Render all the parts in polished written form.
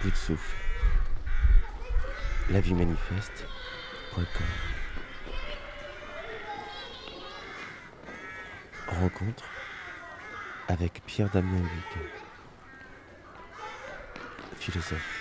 bout de souffle. Lavuemanifeste.com. Rencontre avec Pierre-Damien Huyghe, philosophe.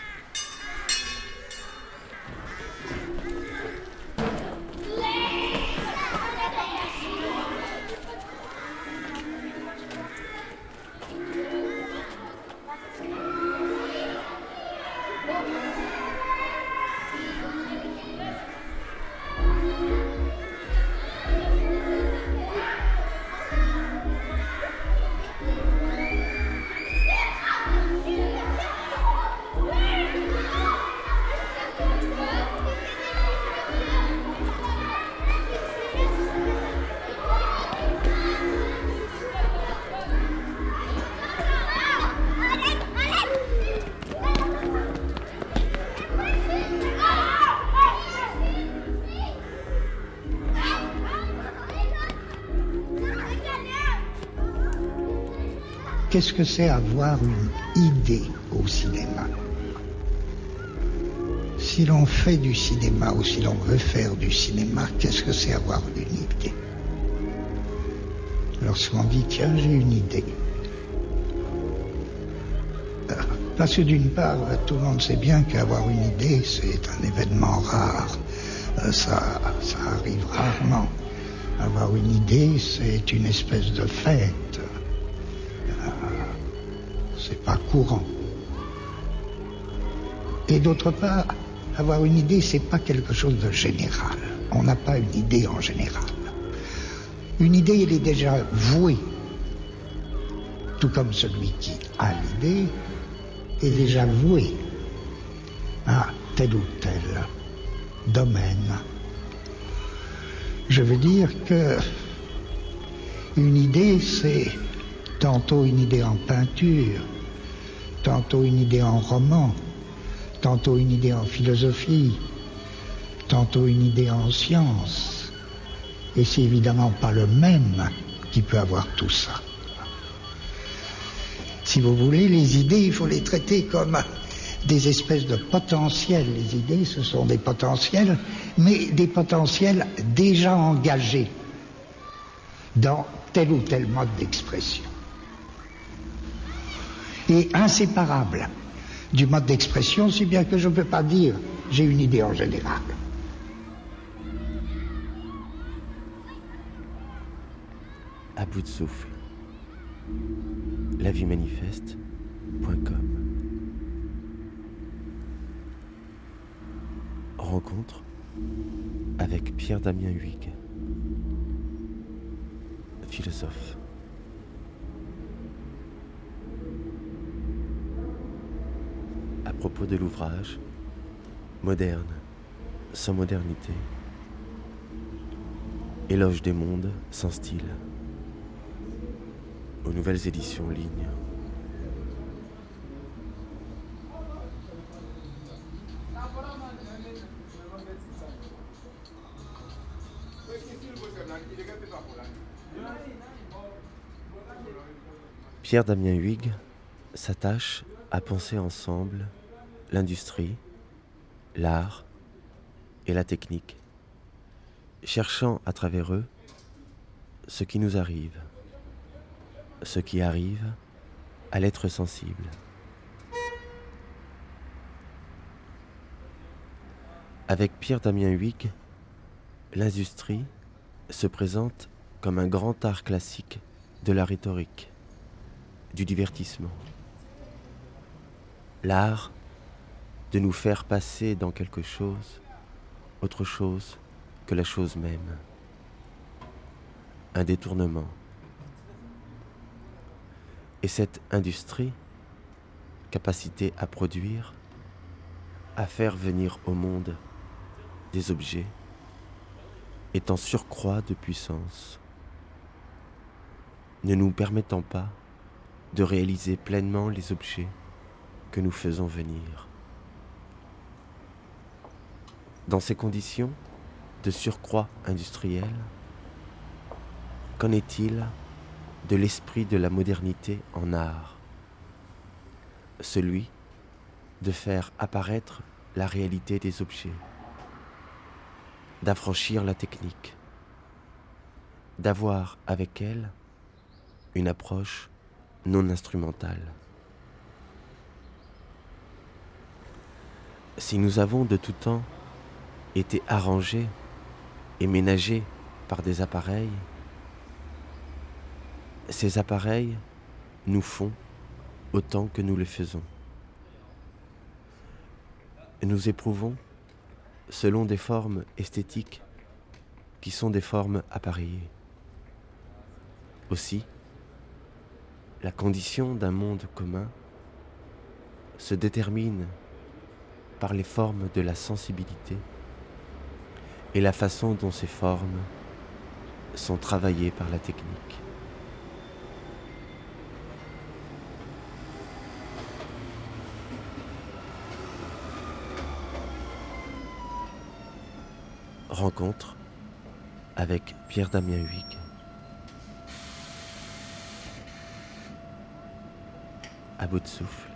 Qu'est-ce que c'est avoir une idée au cinéma? Si l'on fait du cinéma ou si l'on veut faire du cinéma, qu'est-ce que c'est avoir une idée? Lorsqu'on dit, tiens, j'ai une idée. Parce que d'une part, tout le monde sait bien qu'avoir une idée, c'est un événement rare. Ça arrive rarement. Avoir une idée, c'est une espèce de fête. C'est pas courant. Et d'autre part, avoir une idée, c'est pas quelque chose de général. On n'a pas une idée en général. Une idée, elle est déjà vouée. Tout comme celui qui a l'idée est déjà voué à tel ou tel domaine. Je veux dire que une idée, c'est tantôt une idée en peinture, tantôt une idée en roman, tantôt une idée en philosophie, tantôt une idée en sciences. Et c'est évidemment pas le même qui peut avoir tout ça. Si vous voulez, les idées, il faut les traiter comme des espèces de potentiels. Les idées, ce sont des potentiels, mais des potentiels déjà engagés dans tel ou tel mode d'expression. Et inséparable du mode d'expression, si bien que je ne peux pas dire j'ai une idée en général. À bout de souffle. Lavuemanifeste.com. Rencontre avec Pierre-Damien Huyghe, philosophe. À propos de l'ouvrage Moderne, sans modernité. Éloge des mondes sans style. Aux nouvelles éditions Ligne. Pierre-Damien Huyghe s'attache à penser ensemble l'industrie, l'art et la technique, cherchant à travers eux ce qui nous arrive, ce qui arrive à l'être sensible. Avec Pierre-Damien Huyghe, l'industrie se présente comme un grand art classique de la rhétorique, du divertissement. L'art de nous faire passer dans quelque chose, autre chose que la chose même. Un détournement. Et cette industrie, capacité à produire, à faire venir au monde des objets, est en surcroît de puissance, ne nous permettant pas de réaliser pleinement les objets que nous faisons venir. Dans ces conditions de surcroît industriel, qu'en est-il de l'esprit de la modernité en art, celui de faire apparaître la réalité des objets, d'affranchir la technique, d'avoir avec elle une approche non instrumentale. Si nous avons de tout temps été arrangés et ménagés par des appareils, ces appareils nous font autant que nous le faisons. Nous éprouvons selon des formes esthétiques qui sont des formes appareillées. Aussi, la condition d'un monde commun se détermine par les formes de la sensibilité et la façon dont ces formes sont travaillées par la technique. Rencontre avec Pierre-Damien Huyghe. À bout de souffle,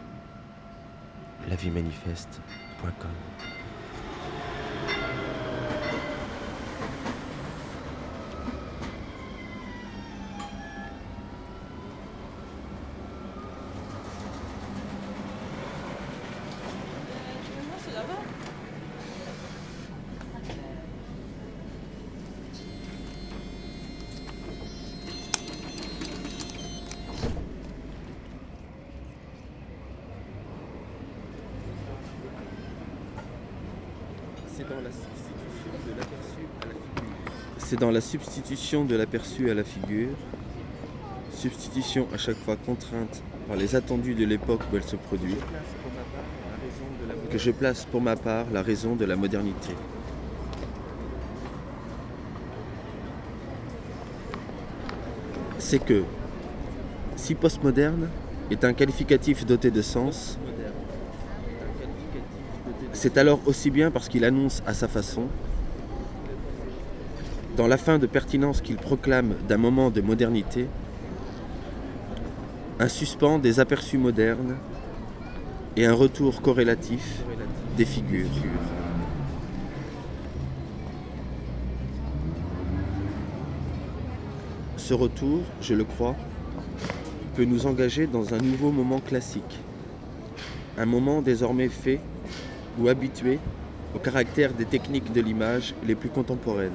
laviemanifeste.com. C'est dans la substitution de l'aperçu à la figure, substitution à chaque fois contrainte par les attendus de l'époque où elle se produit, que je place pour ma part la raison de la modernité. C'est que, si postmoderne est un qualificatif doté de sens, c'est alors aussi bien parce qu'il annonce à sa façon, dans la fin de pertinence qu'il proclame d'un moment de modernité, un suspens des aperçus modernes et un retour corrélatif des figures. Ce retour, je le crois, peut nous engager dans un nouveau moment classique, un moment désormais fait ou habitué au caractère des techniques de l'image les plus contemporaines.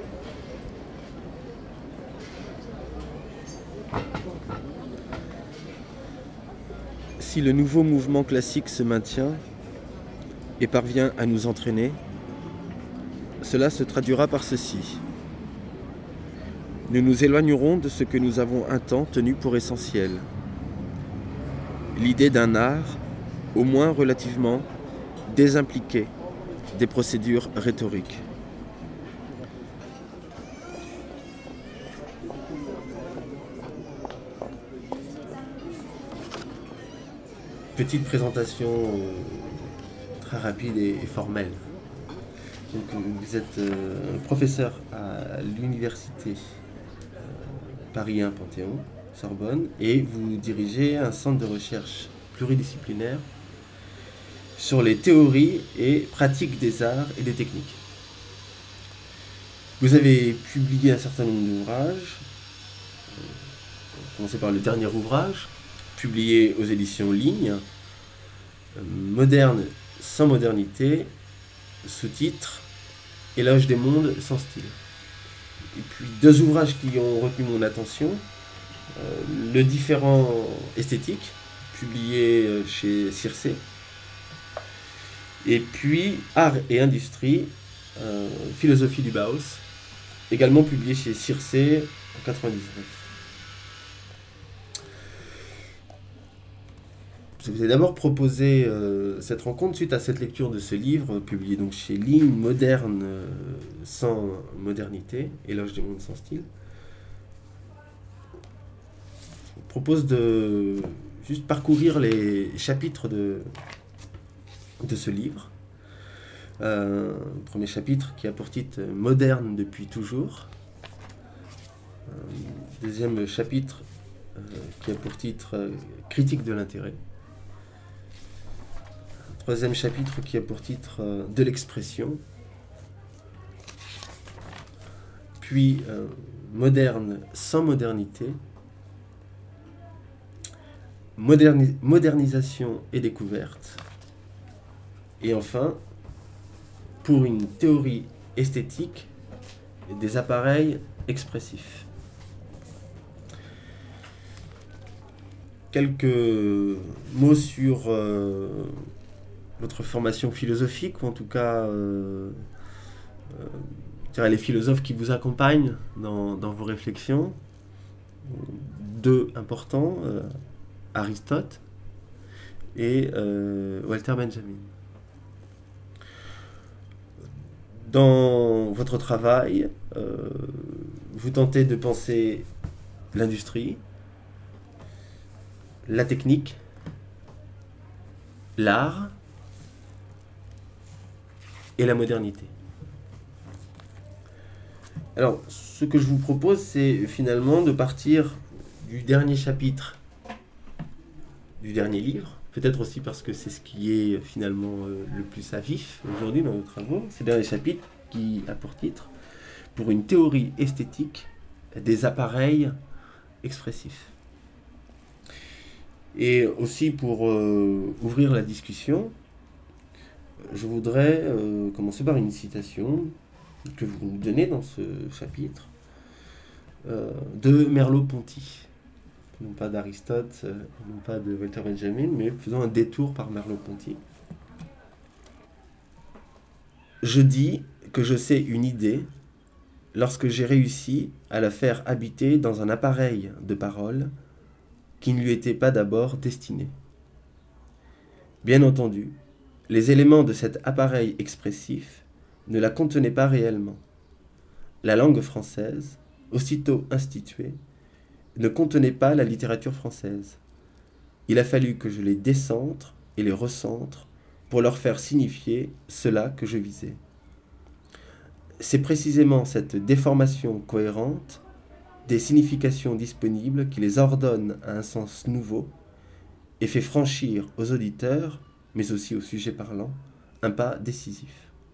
Si le nouveau mouvement classique se maintient et parvient à nous entraîner, cela se traduira par ceci. Nous nous éloignerons de ce que nous avons un temps tenu pour essentiel. L'idée d'un art, au moins relativement, désimpliqué des procédures rhétoriques. Petite présentation très rapide et formelle. Donc, vous êtes professeur à l'université Paris 1 Panthéon, Sorbonne, et vous dirigez un centre de recherche pluridisciplinaire sur les théories et pratiques des arts et des techniques. Vous avez publié un certain nombre d'ouvrages. On va commencer par le dernier ouvrage, publié aux éditions Ligne, Moderne sans modernité, sous-titre Éloge des mondes sans style. Et puis deux ouvrages qui ont retenu mon attention, Le différent esthétique, publié chez Circé, et puis Art et industrie, philosophie du Bauhaus, également publié chez Circé en 1999. Je vous ai d'abord proposé cette rencontre suite à cette lecture de ce livre, publié donc chez Ligne, Moderne sans modernité, Éloge des mondes sans style. Je vous propose de juste parcourir les chapitres de ce livre. Premier chapitre qui a pour titre « Moderne depuis toujours ». Deuxième chapitre qui a pour titre « Critique de l'intérêt ». troisième chapitre qui a pour titre De l'expression. Puis moderne sans modernité. Modernisation et découverte. Et enfin, pour une théorie esthétique des appareils expressifs. Quelques mots sur votre formation philosophique, ou en tout cas les philosophes qui vous accompagnent dans vos réflexions. Deux importants, Aristote et Walter Benjamin. Dans votre travail, vous tentez de penser l'industrie, la technique, l'art et la modernité. Alors, ce que je vous propose, c'est finalement de partir du dernier chapitre du dernier livre, peut-être aussi parce que c'est ce qui est finalement le plus à vif aujourd'hui dans nos travaux, c'est le dernier chapitre qui a pour titre « Pour une théorie esthétique des appareils expressifs ». Et aussi pour ouvrir la discussion, je voudrais commencer par une citation que vous nous donnez dans ce chapitre de Merleau-Ponty. Non pas d'Aristote, non pas de Walter Benjamin, mais faisons un détour par Merleau-Ponty. Je dis que je sais une idée lorsque j'ai réussi à la faire habiter dans un appareil de parole qui ne lui était pas d'abord destiné. Bien entendu, les éléments de cet appareil expressif ne la contenaient pas réellement. La langue française, aussitôt instituée, ne contenait pas la littérature française. Il a fallu que je les décentre et les recentre pour leur faire signifier cela que je visais. C'est précisément cette déformation cohérente des significations disponibles qui les ordonne à un sens nouveau et fait franchir aux auditeurs, mais aussi aux sujets parlants, un pas décisif.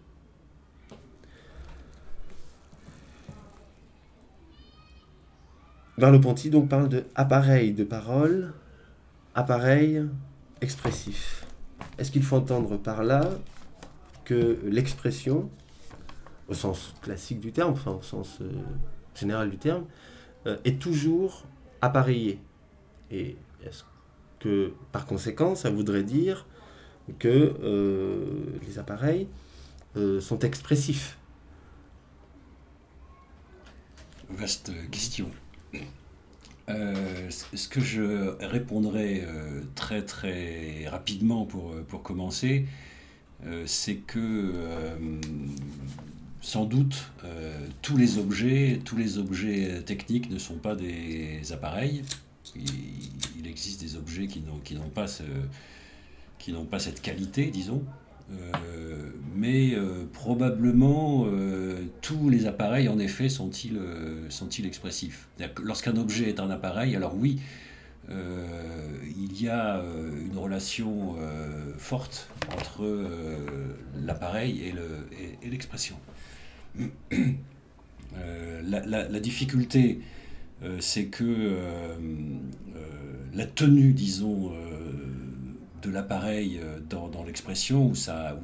Merleau-Ponty donc parle de appareil de parole, appareil expressif. Est-ce qu'il faut entendre par là que l'expression, au sens classique du terme, enfin au sens général du terme, est toujours appareillée? Et est-ce que par conséquent ça voudrait dire que les appareils sont expressifs? Vaste question. Ce que je répondrai très très rapidement pour commencer, c'est que sans doute tous les objets techniques ne sont pas des appareils. Il existe des objets qui n'ont pas cette qualité, disons. Mais probablement tous les appareils en effet sont-ils expressifs. Lorsqu'un objet est un appareil, alors oui, il y a une relation forte entre l'appareil et l'expression. La difficulté, c'est que la tenue, disons, de l'appareil dans l'expression, où sa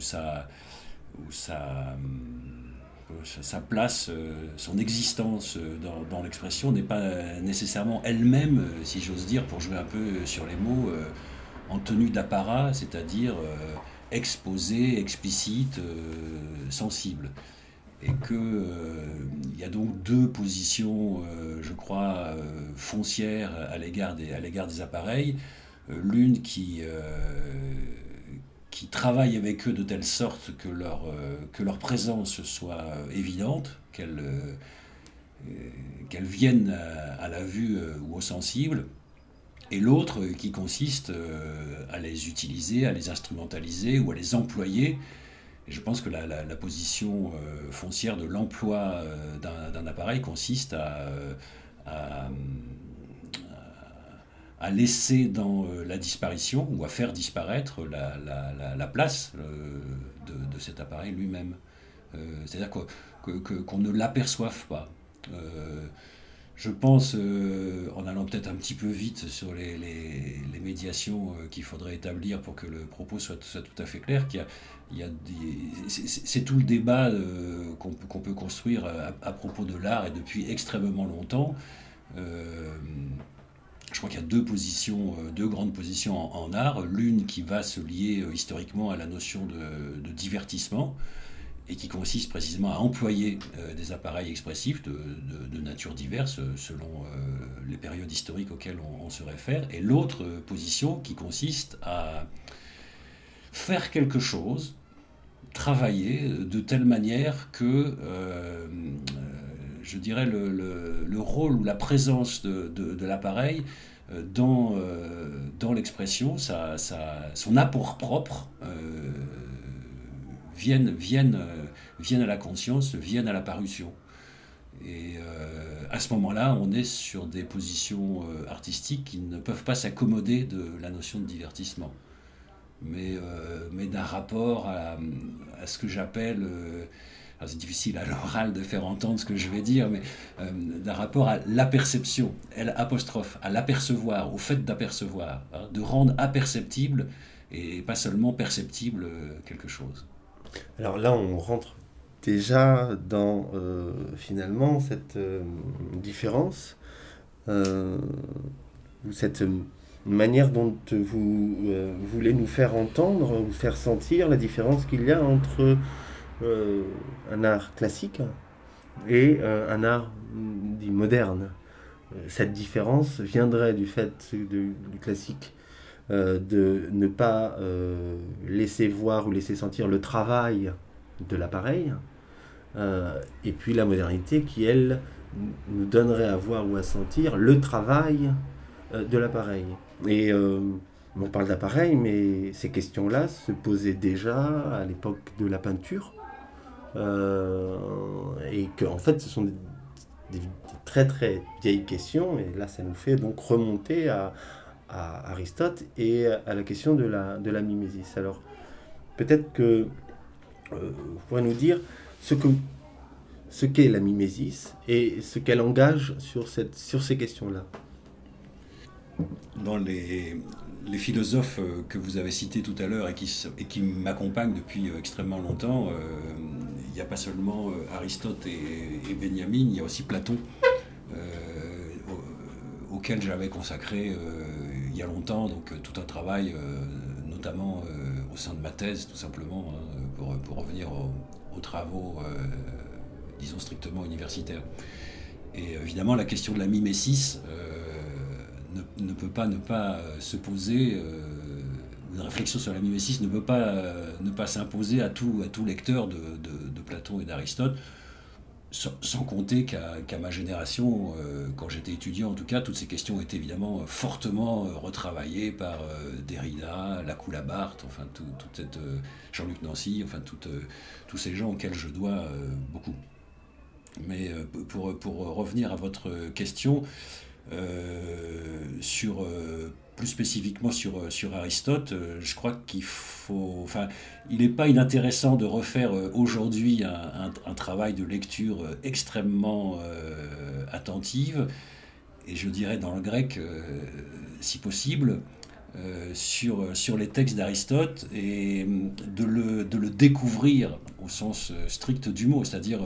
place, son existence dans l'expression n'est pas nécessairement elle-même, si j'ose dire, pour jouer un peu sur les mots, en tenue d'apparat, c'est-à-dire exposée, explicite, sensible. Et qu'il y a donc deux positions, je crois, foncières à l'égard des appareils. L'une qui travaille avec eux de telle sorte que leur présence soit évidente, qu'elle vienne à la vue ou au sensible, et l'autre qui consiste à les utiliser, à les instrumentaliser ou à les employer. Et je pense que la position foncière de l'emploi d'un appareil consiste à à laisser dans la disparition ou à faire disparaître la place de cet appareil lui-même. C'est-à-dire qu'on ne l'aperçoive pas. Je pense, en allant peut-être un petit peu vite sur les médiations qu'il faudrait établir pour que le propos soit tout à fait clair, c'est tout le débat qu'on peut construire à propos de l'art et depuis extrêmement longtemps. Je crois qu'il y a deux grandes positions en art. L'une qui va se lier historiquement à la notion de divertissement, et qui consiste précisément à employer des appareils expressifs de nature diverse selon les périodes historiques auxquelles on se réfère, et l'autre position qui consiste à faire quelque chose, travailler de telle manière que, je dirais, le rôle ou la présence de l'appareil dans l'expression, son apport propre, viennent à la conscience, viennent à la parution. Et à ce moment-là, on est sur des positions artistiques qui ne peuvent pas s'accommoder de la notion de divertissement, mais d'un rapport à ce que j'appelle, c'est difficile à l'oral de faire entendre ce que je vais dire, mais d'un rapport à l'aperception, à l'apercevoir, au fait d'apercevoir, hein, de rendre imperceptible et pas seulement perceptible quelque chose. Alors là, on rentre déjà dans finalement cette différence, ou cette manière dont vous voulez nous faire entendre, vous faire sentir la différence qu'il y a entre un art classique et un art dit moderne. Cette différence viendrait du fait du classique de ne pas laisser voir ou laisser sentir le travail de l'appareil, et puis la modernité qui, elle, nous donnerait à voir ou à sentir le travail de l'appareil. Et on parle d'appareil, mais ces questions-là se posaient déjà à l'époque de la peinture, et qu'en fait ce sont des très très vieilles questions, et là ça nous fait donc remonter à Aristote et à la question de la mimésis. Alors, peut-être que vous pourrez nous dire ce qu'est la mimésis et ce qu'elle engage sur ces questions-là. Dans les philosophes que vous avez cités tout à l'heure et qui m'accompagnent depuis extrêmement longtemps, il n'y a pas seulement Aristote et Benjamin, il y a aussi Platon, auquel j'avais consacré il y a longtemps, donc tout un travail, notamment au sein de ma thèse, tout simplement, hein, pour revenir aux travaux, disons, strictement universitaires. Et évidemment, la question de la mimésis ne peut pas ne pas se poser, une réflexion sur la mimésis ne peut pas ne pas s'imposer à tout lecteur de Platon et d'Aristote, sans compter qu'à ma génération, quand j'étais étudiant en tout cas, toutes ces questions ont été évidemment fortement retravaillées par Derrida, Lacoue-Labarthe, enfin toute cette Jean-Luc Nancy, enfin tous ces gens auxquels je dois beaucoup. Mais pour revenir à votre question, plus spécifiquement sur Aristote, je crois il n'est pas inintéressant de refaire aujourd'hui un travail de lecture extrêmement attentive, et je dirais dans le grec, si possible, sur les textes d'Aristote, et de le découvrir au sens strict du mot, c'est-à-dire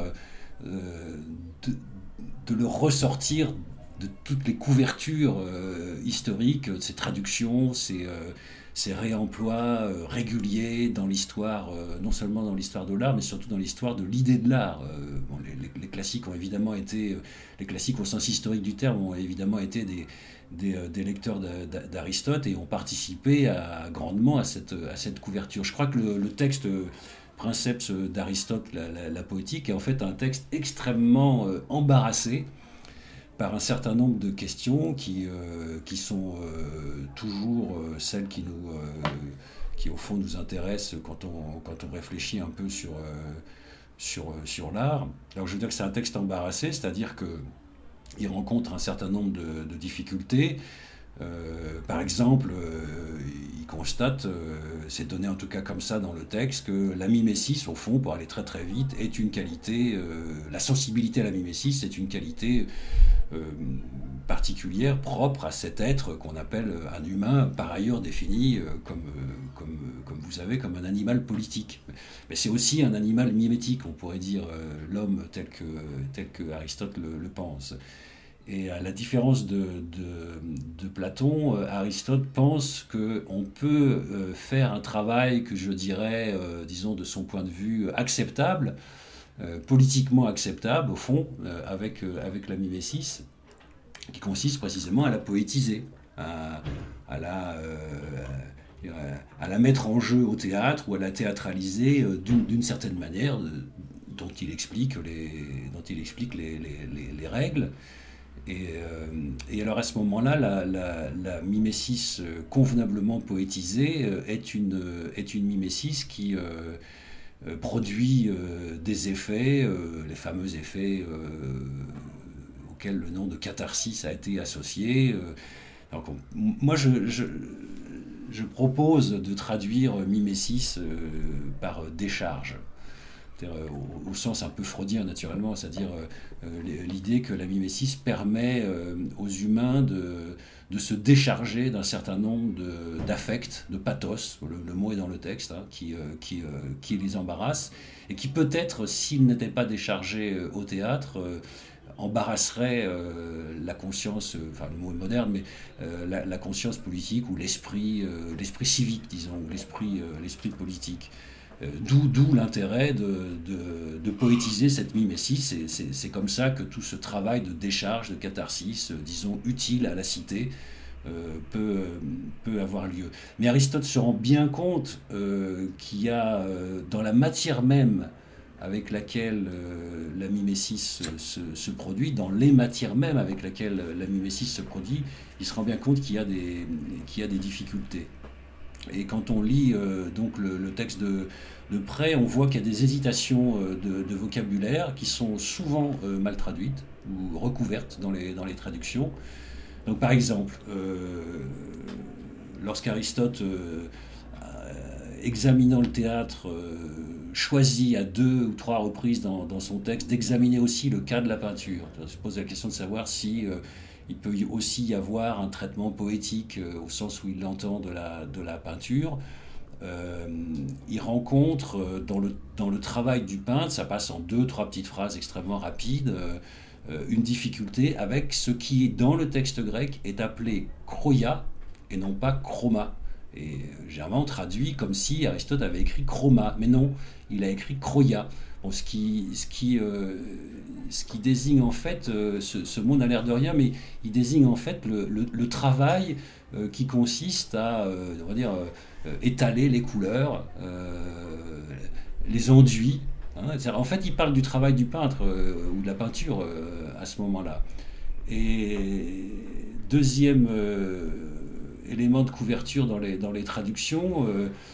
de le ressortir de toutes les couvertures historiques, de ces traductions, ces réemplois réguliers dans l'histoire, non seulement dans l'histoire de l'art, mais surtout dans l'histoire de l'idée de l'art. Les classiques ont évidemment été, les classiques au sens historique du terme, ont évidemment été des lecteurs d'Aristote et ont participé grandement à cette couverture. Je crois que le texte Princeps d'Aristote, la poétique, est en fait un texte extrêmement embarrassé par un certain nombre de questions qui sont toujours celles qui au fond nous intéressent quand on réfléchit un peu sur l'art. Alors je veux dire que c'est un texte embarrassé, c'est-à-dire qu'il rencontre un certain nombre de difficultés, Par exemple, il constate, c'est donné en tout cas comme ça dans le texte, que la mimésis, au fond, pour aller très très vite, est une qualité, la sensibilité à la mimésis est une qualité particulière, propre à cet être qu'on appelle un humain, par ailleurs défini comme vous savez, comme un animal politique. Mais c'est aussi un animal mimétique, on pourrait dire, l'homme tel que Aristote le pense. Et à la différence de Platon, Aristote pense qu'on peut faire un travail que je dirais, disons de son point de vue, acceptable, politiquement acceptable, au fond, avec la mimésis, qui consiste précisément à la poétiser, à la mettre en jeu au théâtre ou à la théâtraliser d'une certaine manière, dont il explique les règles. Et alors à ce moment-là, la mimésis convenablement poétisée est une mimésis qui produit des effets, les fameux effets auxquels le nom de catharsis a été associé. Donc moi, je propose de traduire mimésis par décharge. Au sens un peu freudien naturellement, c'est-à-dire l'idée que la mimésis permet aux humains de se décharger d'un certain nombre d'affects, de pathos, le mot est dans le texte, hein, qui les embarrasse, et qui peut-être, s'ils n'étaient pas déchargés au théâtre, embarrasserait la conscience, enfin le mot est moderne, mais la conscience politique ou l'esprit civique, disons, ou l'esprit politique. D'où l'intérêt de poétiser cette mimésis. C'est comme ça que tout ce travail de décharge, de catharsis, disons utile à la cité, peut avoir lieu. Mais Aristote se rend bien compte qu'il y a dans la matière même avec laquelle la mimésis se produit, dans les matières mêmes avec laquelle la mimésis se produit, il se rend bien compte qu'il y a des difficultés. Et quand on lit donc le texte de près, on voit qu'il y a des hésitations de vocabulaire qui sont souvent mal traduites ou recouvertes dans les traductions. Donc par exemple, lorsqu'Aristote, examinant le théâtre, choisit à 2 ou 3 reprises dans son texte d'examiner aussi le cas de la peinture. On se pose la question de savoir si il peut aussi y avoir un traitement poétique au sens où il l'entend de la peinture. Il rencontre dans le travail du peintre, ça passe en 2-3 petites phrases extrêmement rapides, une difficulté avec ce qui dans le texte grec est appelé chroia et non pas chroma. Et généralement traduit comme si Aristote avait écrit chroma, mais non, il a écrit chroia. Bon, ce qui désigne en fait, ce mot n'a l'air de rien, mais il désigne en fait le travail qui consiste à, on va dire, étaler les couleurs, les enduits. Hein, en fait, il parle du travail du peintre ou de la peinture à ce moment-là. Et deuxième élément de couverture dans les traductions,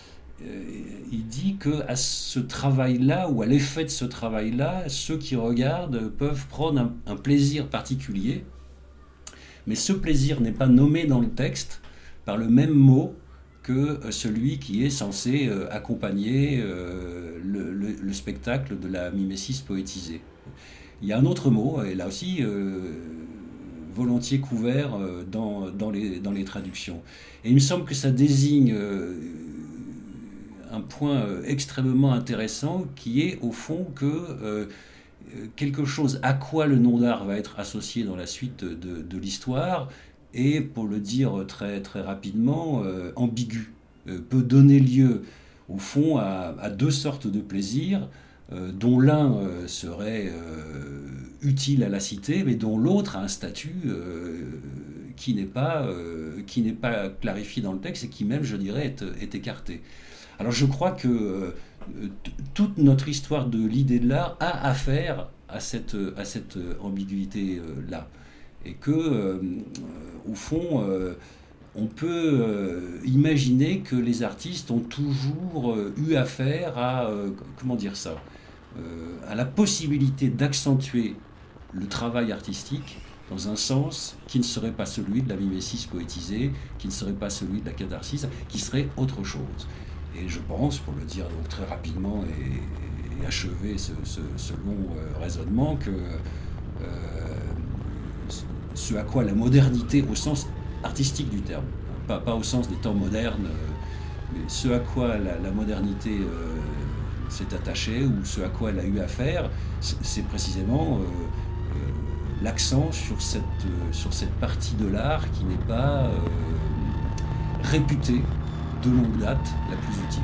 il dit qu'à ce travail-là, ou à l'effet de ce travail-là, ceux qui regardent peuvent prendre un plaisir particulier, mais ce plaisir n'est pas nommé dans le texte par le même mot que celui qui est censé accompagner le spectacle de la mimésis poétisée. Il y a un autre mot, et là aussi volontiers couvert dans les traductions. Et il me semble que ça désigne un point extrêmement intéressant qui est au fond que quelque chose à quoi le nom d'art va être associé dans la suite de l'histoire est, pour le dire très, très rapidement, ambigu, peut donner lieu au fond à 2 sortes de plaisirs dont l'un serait utile à la cité, mais dont l'autre a un statut qui n'est pas clarifié dans le texte et qui même, je dirais, est écarté. Alors je crois que toute notre histoire de l'idée de l'art a affaire à cette ambiguïté-là. Et que, au fond, on peut imaginer que les artistes ont toujours eu affaire à, comment dire ça, à la possibilité d'accentuer le travail artistique dans un sens qui ne serait pas celui de la mimésis poétisée, qui ne serait pas celui de la catharsis, qui serait autre chose. Et je pense, pour le dire donc très rapidement et achever ce long raisonnement, que ce à quoi la modernité, au sens artistique du terme, pas au sens des temps modernes, mais ce à quoi la modernité s'est attachée, ou ce à quoi elle a eu affaire, c'est précisément l'accent sur cette partie de l'art qui n'est pas réputée de longue date la plus utile.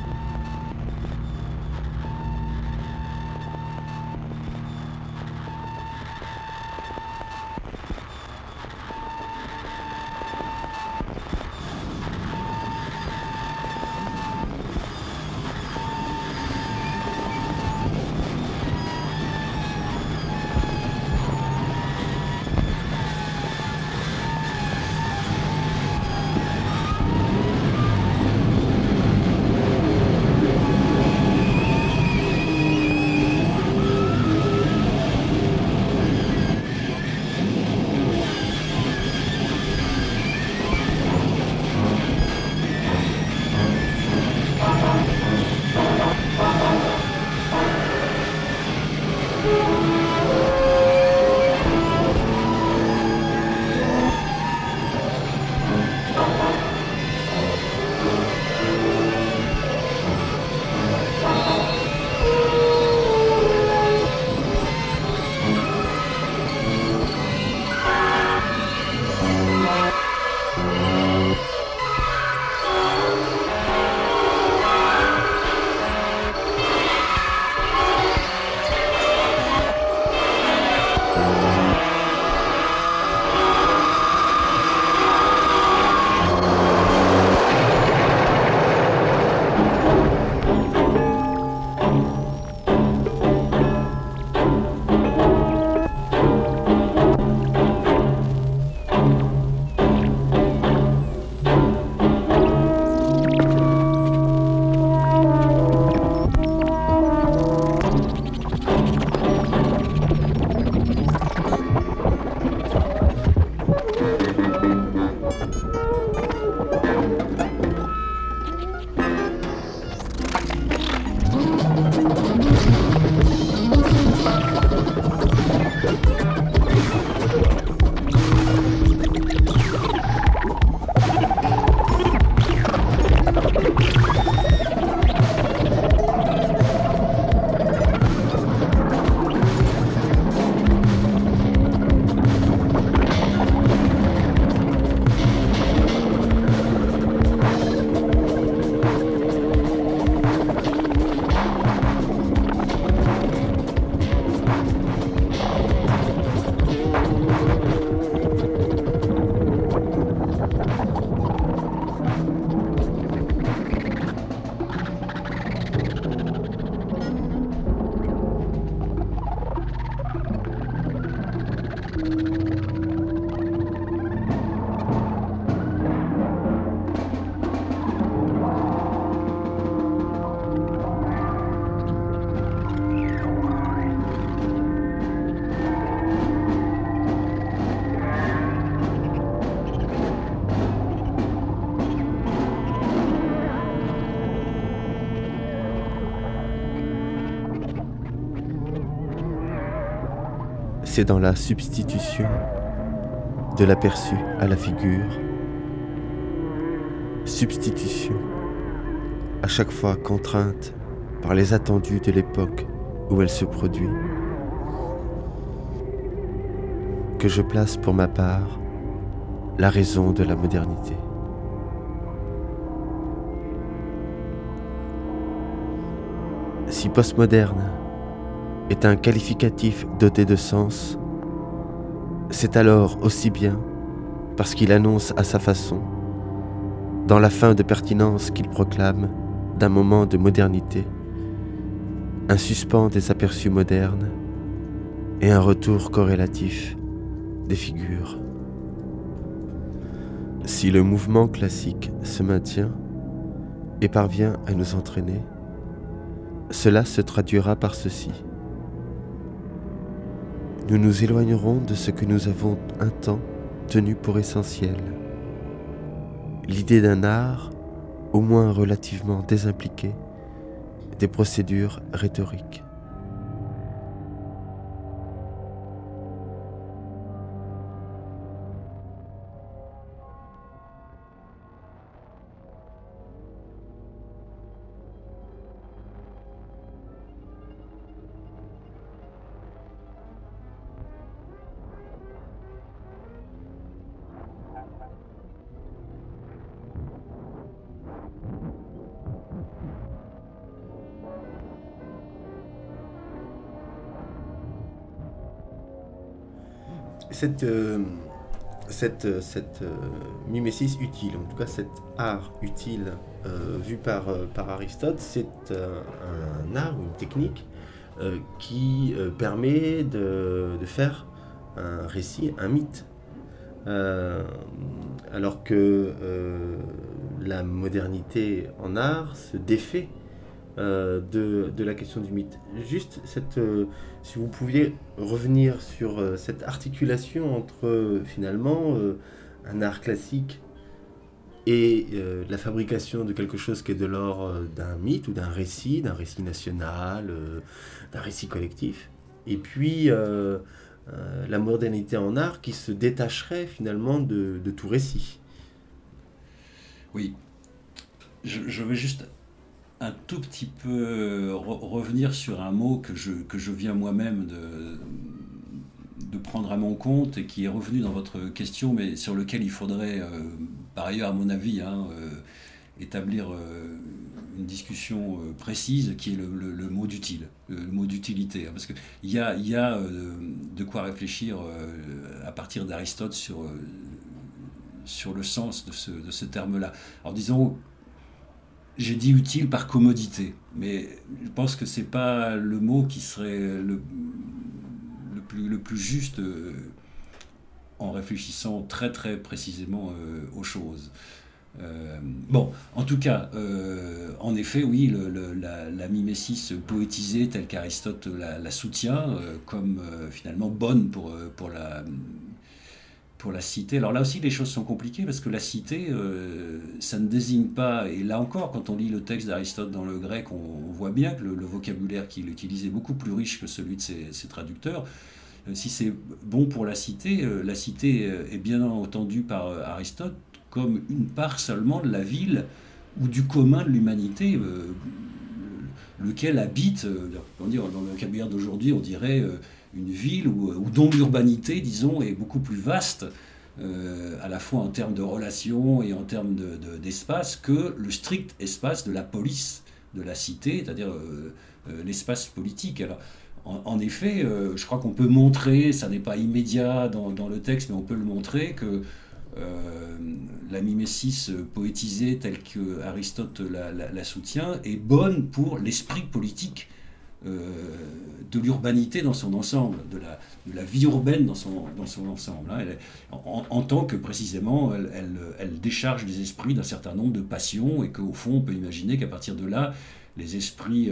C'est dans la substitution de l'aperçu à la figure, substitution à chaque fois contrainte par les attendus de l'époque où elle se produit, que je place pour ma part la raison de la modernité. Si postmoderne est un qualificatif doté de sens, c'est alors aussi bien parce qu'il annonce à sa façon, dans la fin de pertinence qu'il proclame d'un moment de modernité, un suspens des aperçus modernes et un retour corrélatif des figures. Si le mouvement classique se maintient et parvient à nous entraîner, cela se traduira par ceci. nous nous éloignerons de ce que nous avons un temps tenu pour essentiel. L'idée d'un art, au moins relativement désimpliqué, des procédures rhétoriques. Cette mimésis utile, en tout cas cet art utile vu par Aristote, c'est un art ou une technique qui permet de faire un récit, un mythe. Alors que la modernité en art se défait de la question du mythe. Juste, si vous pouviez revenir sur cette articulation entre finalement un art classique et la fabrication de quelque chose qui est de l'ordre d'un mythe ou d'un récit national, d'un récit collectif, et puis la modernité en art qui se détacherait finalement de tout récit. Oui, je vais juste un tout petit peu revenir sur un mot que je viens moi-même de prendre à mon compte et qui est revenu dans votre question, mais sur lequel il faudrait, par ailleurs, à mon avis, établir une discussion précise, qui est le mot d'utile, le mot d'utilité. Parce qu'il y a de quoi réfléchir à partir d'Aristote sur le sens de ce terme-là. Alors disons, j'ai dit utile par commodité, mais je pense que c'est pas le mot qui serait le plus juste en réfléchissant très très précisément aux choses. Bon, en tout cas, en effet, oui, la mimésis poétisée telle qu'Aristote la soutient comme finalement bonne pour la cité. Alors là aussi, les choses sont compliquées parce que la cité, ça ne désigne pas, et là encore, quand on lit le texte d'Aristote dans le grec, on voit bien que le vocabulaire qu'il utilise est beaucoup plus riche que celui de ses traducteurs. Si c'est bon pour la cité est bien entendu par Aristote comme une part seulement de la ville ou du commun de l'humanité, lequel habite, dans le vocabulaire d'aujourd'hui, on dirait une ville ou dont l'urbanité, disons, est beaucoup plus vaste, à la fois en termes de relations et en termes d'espace, que le strict espace de la police de la cité, c'est-à-dire l'espace politique. Alors, en effet, je crois qu'on peut montrer, ça n'est pas immédiat dans le texte, mais on peut le montrer, que la mimésis poétisée telle que Aristote la soutient est bonne pour l'esprit politique de l'urbanité dans son ensemble, de la vie urbaine dans son ensemble, hein. En tant que précisément elle décharge les esprits d'un certain nombre de passions, et qu'au fond on peut imaginer qu'à partir de là les esprits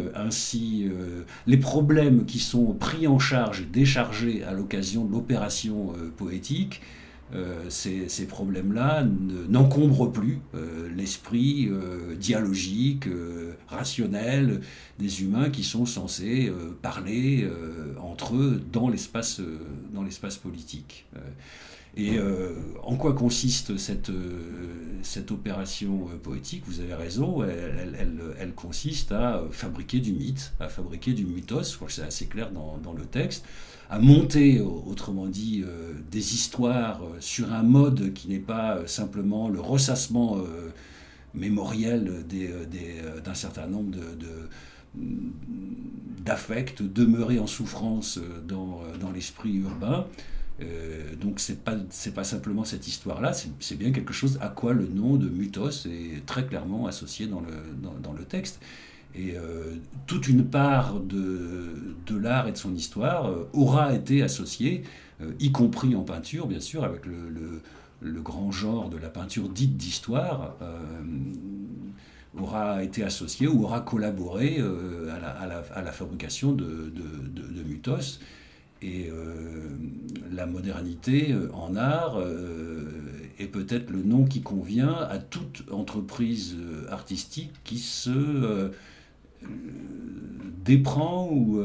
les problèmes qui sont pris en charge et déchargés à l'occasion de l'opération poétique, ces problèmes-là n'encombrent plus l'esprit dialogique, rationnel des humains qui sont censés parler entre eux dans l'espace politique. Et en quoi consiste cette opération poétique? Vous avez raison, elle consiste à fabriquer du mythe, à fabriquer du mythos, je crois que c'est assez clair dans le texte, à monter, autrement dit, des histoires sur un mode qui n'est pas simplement le ressassement mémoriel d'un certain nombre d'affects demeurés en souffrance dans l'esprit urbain. Donc c'est pas simplement cette histoire-là, c'est bien quelque chose à quoi le nom de mythos est très clairement associé dans le texte. Et toute une part de l'art et de son histoire aura été associée, y compris en peinture, bien sûr, avec le grand genre de la peinture dite d'histoire, aura été associée ou aura collaboré à la fabrication de mythos. Et la modernité en art est peut-être le nom qui convient à toute entreprise artistique qui se déprend ou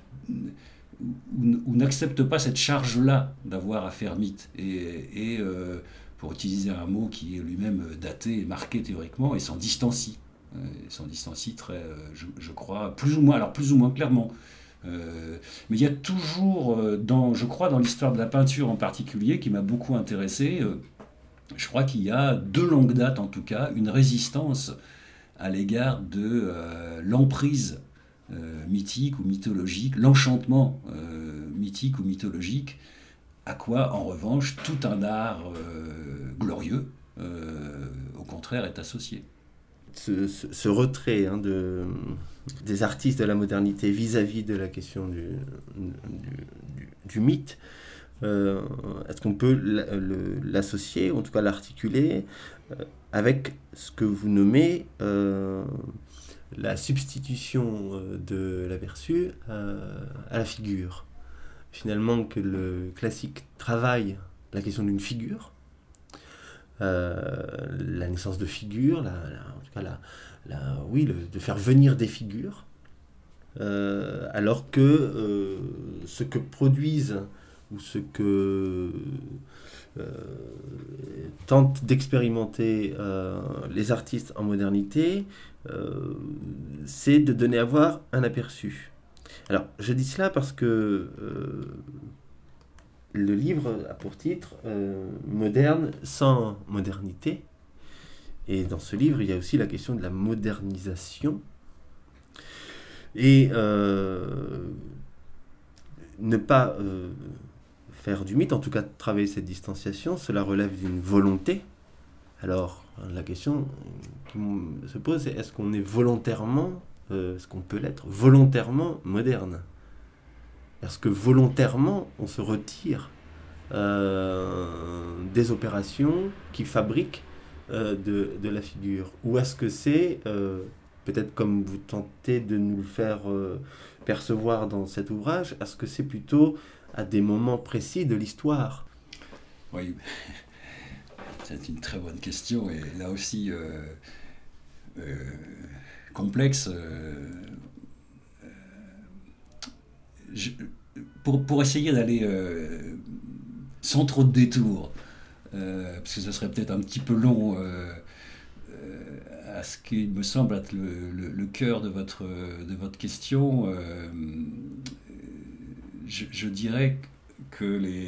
n'accepte pas cette charge-là d'avoir à faire mythe. Et pour utiliser un mot qui est lui-même daté et marqué théoriquement, et s'en distancie. Très, je crois, plus ou moins clairement. Mais il y a toujours, je crois, dans l'histoire de la peinture en particulier, qui m'a beaucoup intéressé, je crois qu'il y a de longue date en tout cas, une résistance à l'égard de l'emprise mythique ou mythologique, l'enchantement mythique ou mythologique, à quoi en revanche tout un art glorieux, au contraire, est associé. Ce retrait des artistes de la modernité vis-à-vis de la question du mythe, est-ce qu'on peut l'associer, ou en tout cas l'articuler, avec ce que vous nommez la substitution de l'aperçu à la figure? Finalement, que le classique travaille la question d'une figure, la naissance de figures, en tout cas de faire venir des figures, alors que ce que produisent ou ce que tentent d'expérimenter les artistes en modernité, c'est de donner à voir un aperçu. Alors, je dis cela parce que le livre a pour titre Moderne sans modernité. Et dans ce livre, il y a aussi la question de la modernisation. Et ne pas faire du mythe, en tout cas travailler cette distanciation, cela relève d'une volonté. Alors, la question qui se pose, c'est est-ce qu'on est volontairement, est-ce qu'on peut l'être volontairement moderne ? Est-ce que volontairement, on se retire des opérations qui fabriquent de la figure ? Ou est-ce que c'est, peut-être comme vous tentez de nous le faire percevoir dans cet ouvrage, est-ce que c'est plutôt à des moments précis de l'histoire ? Oui, c'est une très bonne question, et là aussi complexe. Pour essayer d'aller sans trop de détours, parce que ce serait peut-être un petit peu long, à ce qui me semble être le cœur de votre question, je dirais que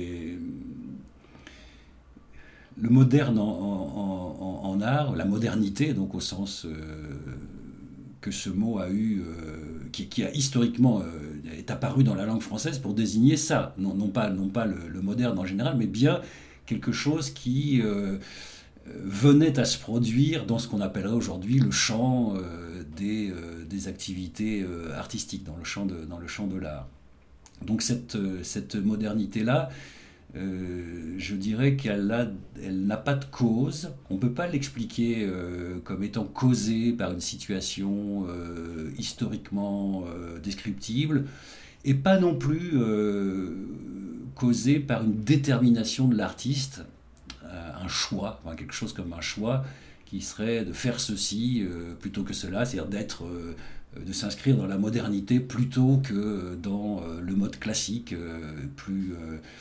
le moderne en art, la modernité, donc au sens que ce mot a eu, qui a historiquement est apparu dans la langue française pour désigner ça, non pas le moderne en général, mais bien quelque chose qui venait à se produire dans ce qu'on appellerait aujourd'hui le champ des activités artistiques, dans le champ de l'art. Donc cette modernité-là, je dirais elle n'a pas de cause. On ne peut pas l'expliquer comme étant causée par une situation historiquement descriptible, et pas non plus causée par une détermination de l'artiste, un choix, quelque chose comme un choix qui serait de faire ceci plutôt que cela, c'est-à-dire de s'inscrire dans la modernité plutôt que dans le mode classique, plus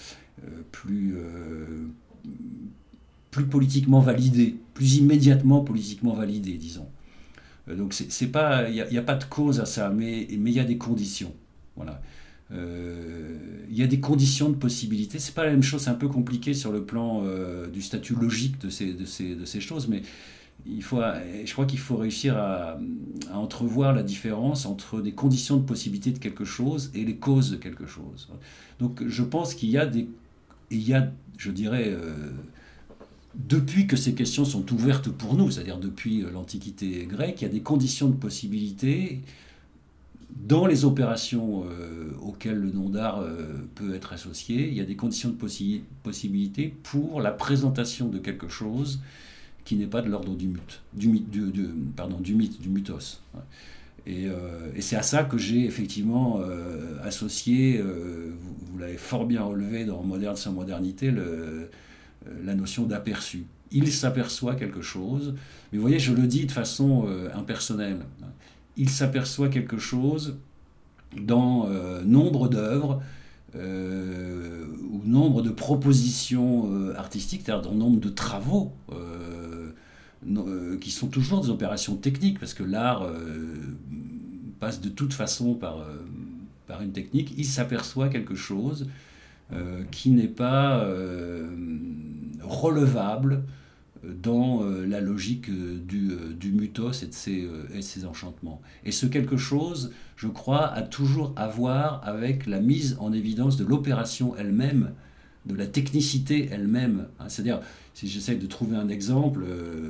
politiquement validé, plus immédiatement politiquement validé, disons. Donc il n'y a pas de cause à ça, mais il y a des conditions. Voilà. Il y a des conditions de possibilité. C'est pas la même chose, c'est un peu compliqué sur le plan du statut logique de ces choses, mais je crois qu'il faut réussir à entrevoir la différence entre des conditions de possibilité de quelque chose et les causes de quelque chose. Donc je pense qu'il y a je dirais, depuis que ces questions sont ouvertes pour nous, c'est-à-dire depuis l'Antiquité grecque, il y a des conditions de possibilité dans les opérations auxquelles le nom d'art peut être associé. Il y a des conditions de possibilité pour la présentation de quelque chose qui n'est pas de l'ordre du mythe, du mythos. Et c'est à ça que j'ai effectivement associé, vous l'avez fort bien relevé dans Moderne sans modernité, la notion d'aperçu. Il s'aperçoit quelque chose, mais vous voyez, je le dis de façon impersonnelle. Il s'aperçoit quelque chose dans nombre d'œuvres ou nombre de propositions artistiques, c'est-à-dire dans nombre de travaux qui sont toujours des opérations techniques, parce que l'art passe de toute façon par une technique. Il s'aperçoit quelque chose qui n'est pas relevable dans la logique du mythos et de ses enchantements. Et ce quelque chose, je crois, a toujours à voir avec la mise en évidence de l'opération elle-même, de la technicité elle-même. C'est-à-dire, si j'essaie de trouver un exemple,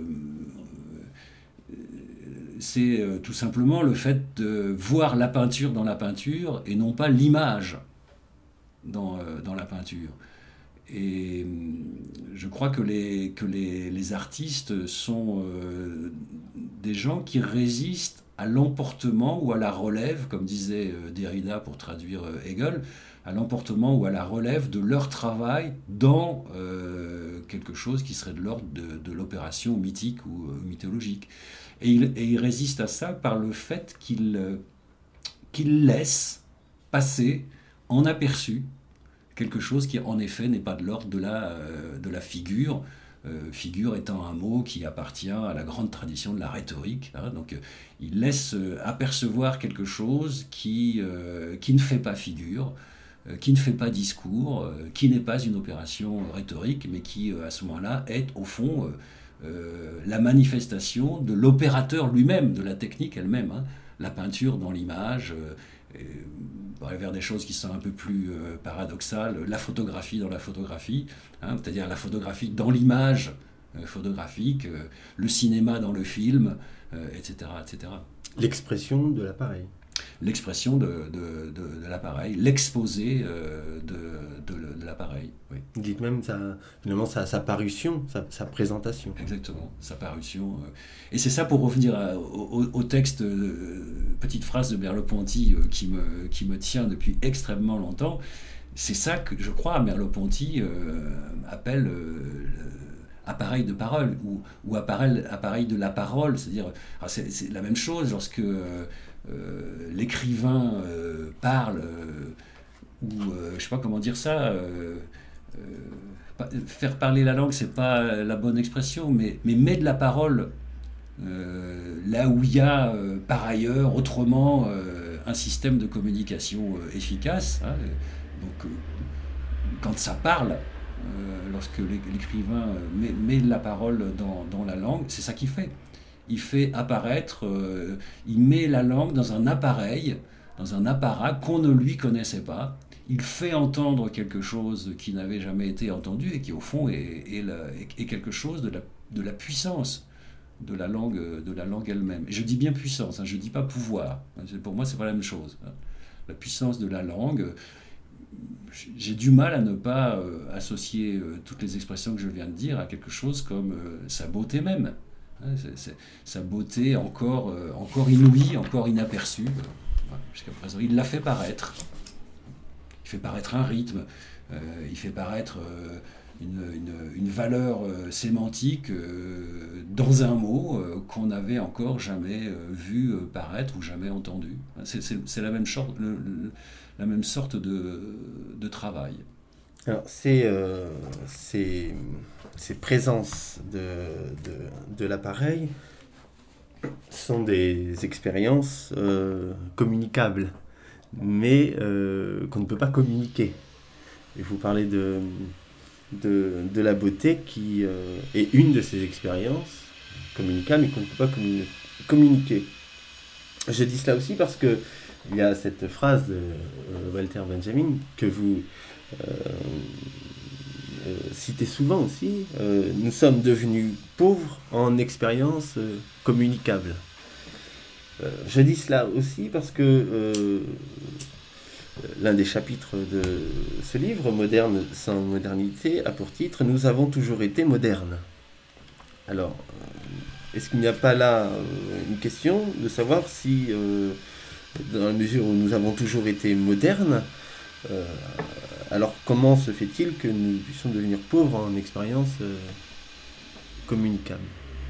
c'est tout simplement le fait de voir la peinture dans la peinture et non pas l'image dans la peinture. Et je crois que les artistes sont des gens qui résistent à l'emportement ou à la relève, comme disait Derrida pour traduire Hegel, à l'emportement ou à la relève de leur travail dans quelque chose qui serait de l'ordre de l'opération mythique ou mythologique. Et ils résistent à ça par le fait qu'ils laissent passer en aperçu quelque chose qui, en effet, n'est pas de l'ordre de la figure, figure étant un mot qui appartient à la grande tradition de la rhétorique. Donc, il laisse apercevoir quelque chose qui ne fait pas figure, qui ne fait pas discours, qui n'est pas une opération rhétorique, mais qui, à ce moment-là, est, au fond, la manifestation de l'opérateur lui-même, de la technique elle-même. La peinture dans l'image, vers des choses qui sont un peu plus paradoxales, la photographie dans la photographie, c'est-à-dire la photographie dans l'image photographique, le cinéma dans le film, etc., etc. L'expression de l'appareil. L'expression de l'appareil, l'exposé de l'appareil. Oui. Dites même finalement sa parution, sa présentation. Exactement, sa parution. Et c'est ça, pour revenir au texte, petite phrase de Merleau-Ponty qui me tient depuis extrêmement longtemps. C'est ça que je crois Merleau-Ponty appelle appareil de parole ou appareil de la parole. C'est-à-dire, c'est la même chose lorsque l'écrivain parle, ou je sais pas comment dire ça, faire parler la langue, c'est pas la bonne expression, mais met de la parole là où il y a par ailleurs autrement un système de communication efficace. Donc quand ça parle, lorsque l'écrivain met de la parole dans la langue, c'est ça qu'il fait. Il fait apparaître, il met la langue dans un appareil, dans un apparat qu'on ne lui connaissait pas. Il fait entendre quelque chose qui n'avait jamais été entendu et qui, au fond, est quelque chose de la puissance de la langue elle-même. Et je dis bien puissance, je ne dis pas pouvoir. Pour moi, ce n'est pas la même chose. La puissance de la langue, j'ai du mal à ne pas associer toutes les expressions que je viens de dire à quelque chose comme sa beauté même. C'est sa beauté encore inouïe, encore inaperçue. Jusqu'à présent, il l'a fait paraître. Il fait paraître un rythme, il fait paraître une valeur sémantique dans un mot qu'on n'avait encore jamais vu paraître ou jamais entendu. C'est la même sorte, la même sorte de travail. Alors, ces présences de l'appareil sont des expériences communicables, mais qu'on ne peut pas communiquer. Et vous parlez de la beauté qui est une de ces expériences communicables, mais qu'on ne peut pas communiquer. Je dis cela aussi parce que il y a cette phrase de Walter Benjamin que vous citez souvent aussi, nous sommes devenus pauvres en expériences communicables. Je dis cela aussi parce que l'un des chapitres de ce livre, Moderne sans modernité, a pour titre « Nous avons toujours été modernes ». Alors, est-ce qu'il n'y a pas là une question de savoir si, dans la mesure où nous avons toujours été modernes, alors comment se fait-il que nous puissions devenir pauvres en expérience communicable?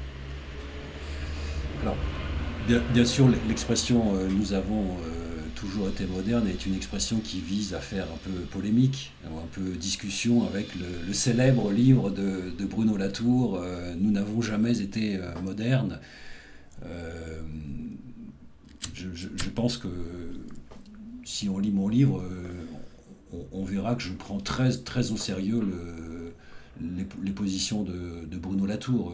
Alors, bien sûr, l'expression nous avons toujours été moderne est une expression qui vise à faire un peu polémique, un peu discussion avec le célèbre livre de Bruno Latour, Nous n'avons jamais été modernes. Je pense que si on lit mon livre, on verra que je prends très, très au sérieux les positions de Bruno Latour,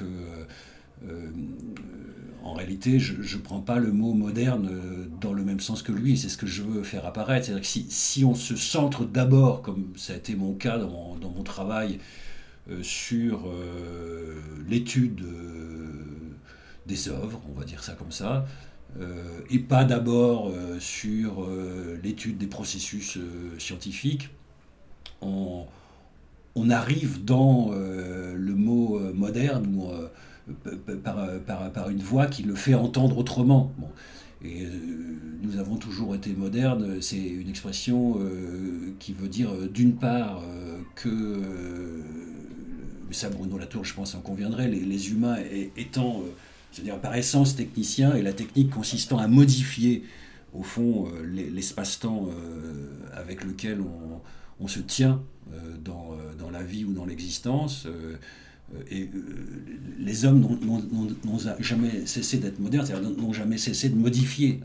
en réalité, je ne prends pas le mot moderne dans le même sens que lui, c'est ce que je veux faire apparaître. C'est-à-dire que si on se centre d'abord, comme ça a été mon cas dans mon travail, sur l'étude des œuvres, on va dire ça comme ça, et pas d'abord sur l'étude des processus scientifiques, on arrive dans le mot moderne par une voix qui le fait entendre autrement. Bon. Et nous avons toujours été modernes, c'est une expression qui veut dire d'une part que, mais ça Bruno Latour je pense en conviendrait, les humains étant, c'est-à-dire par essence techniciens, et la technique consistant à modifier au fond l'espace-temps avec lequel on se tient dans la vie ou dans l'existence. Et les hommes n'ont jamais cessé d'être modernes, c'est-à-dire n'ont jamais cessé de modifier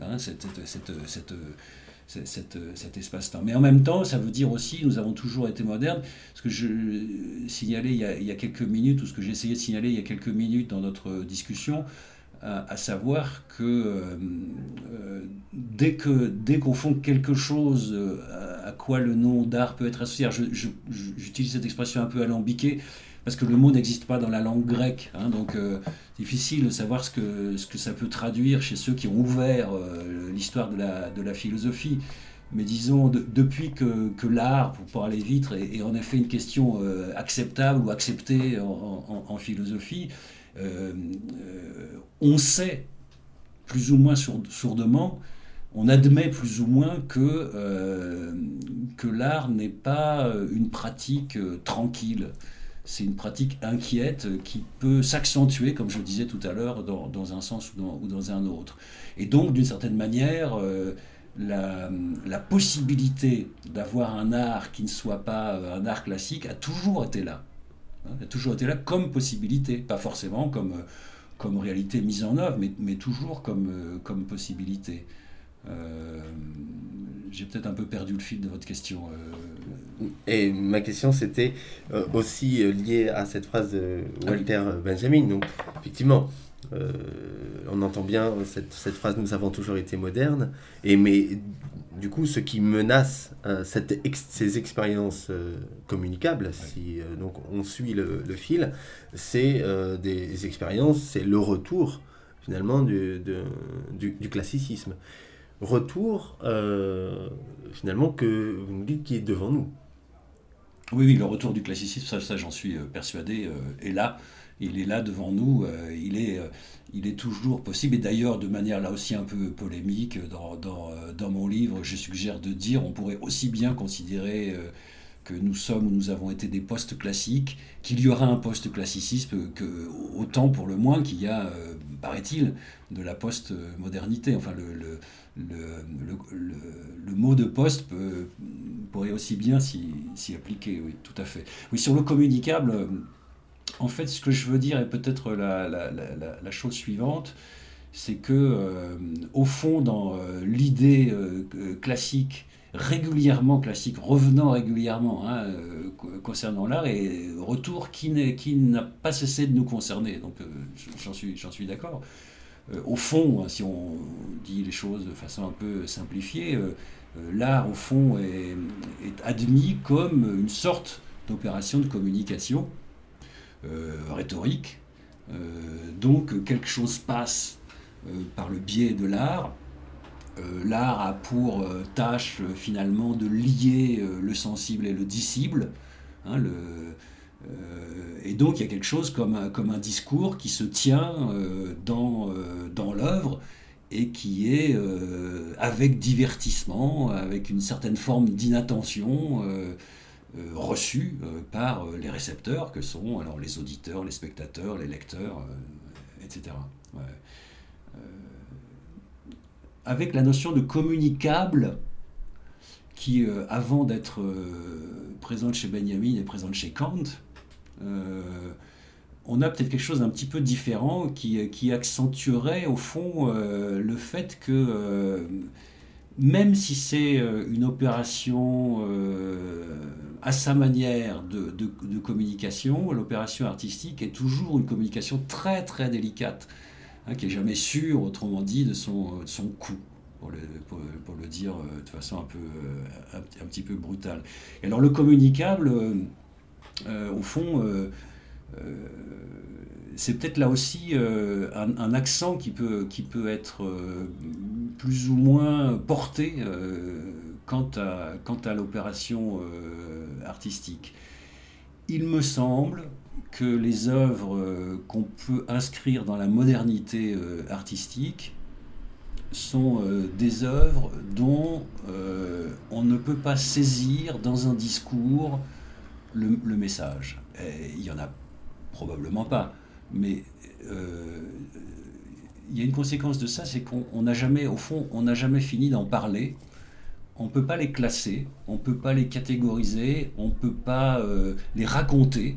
cet espace-temps. Mais en même temps, ça veut dire aussi, nous avons toujours été modernes, ce que je signalais il y a quelques minutes, ou ce que j'ai essayé de signaler il y a quelques minutes dans notre discussion, à savoir que dès qu'au fond quelque chose à quoi le nom d'art peut être associé, j'utilise cette expression un peu alambiquée, parce que le mot n'existe pas dans la langue grecque, hein, donc difficile de savoir ce que ça peut traduire chez ceux qui ont ouvert l'histoire de la philosophie. Mais disons, depuis que l'art, pour parler vite, est en effet une question acceptable ou acceptée en philosophie, on sait, plus ou moins sourdement, on admet plus ou moins que l'art n'est pas une pratique tranquille. C'est une pratique inquiète qui peut s'accentuer, comme je disais tout à l'heure, dans un sens ou dans un autre. Et donc, d'une certaine manière, la possibilité d'avoir un art qui ne soit pas un art classique a toujours été là. A toujours été là comme possibilité, pas forcément comme réalité mise en œuvre, mais toujours comme possibilité. J'ai peut-être un peu perdu le fil de votre question. Et ma question, c'était aussi liée à cette phrase de Walter Benjamin. Donc, effectivement, on entend bien cette phrase « Nous avons toujours été modernes ». Mais du coup, ce qui menace ces expériences communicables, si donc on suit le fil, c'est des expériences, c'est le retour, finalement, du classicisme. Retour, finalement, que vous nous dites qui est devant nous. Oui, le retour du classicisme, ça j'en suis persuadé, est là. Il est là devant nous, il est toujours possible. Et d'ailleurs, de manière là aussi un peu polémique, dans mon livre, je suggère de dire, on pourrait aussi bien considérer que nous avons été des post-classiques, qu'il y aura un post-classicisme, autant pour le moins qu'il y a, paraît-il, de la post-modernité. Enfin, le mot de poste pourrait aussi bien s'y appliquer, oui, tout à fait. Oui, sur le communicable, en fait, ce que je veux dire est peut-être la chose suivante, c'est que, au fond, dans l'idée classique, revenant régulièrement concernant l'art, et retour qui n'a pas cessé de nous concerner. Donc, j'en suis d'accord. Au fond, si on dit les choses de façon un peu simplifiée, l'art, au fond, est admis comme une sorte d'opération de communication rhétorique. Donc, quelque chose passe par le biais de l'art. L'art a pour tâche, finalement, de lier le sensible et le dissible. Et donc il y a quelque chose comme un discours qui se tient dans l'œuvre et qui est avec divertissement, avec une certaine forme d'inattention reçue par les récepteurs que sont alors les auditeurs, les spectateurs, les lecteurs, etc. Ouais. Avec la notion de communicable qui, avant d'être présente chez Benjamin, est présente chez Kant, on a peut-être quelque chose d'un petit peu différent qui accentuerait au fond le fait que même si c'est une opération à sa manière de communication, l'opération artistique est toujours une communication très très délicate, qui n'est jamais sûre, autrement dit, de son coût. Pour le dire de façon un petit peu brutale. Et alors le communicable, au fond, c'est peut-être là aussi un accent qui peut être plus ou moins porté quant à l'opération artistique. Il me semble que les œuvres qu'on peut inscrire dans la modernité artistique sont des œuvres dont on ne peut pas saisir dans un discours le message. Et il n'y en a probablement pas, mais il y a une conséquence de ça, c'est qu'on n'a jamais, au fond, on n'a jamais fini d'en parler. On ne peut pas les classer, on ne peut pas les catégoriser, on ne peut pas les raconter.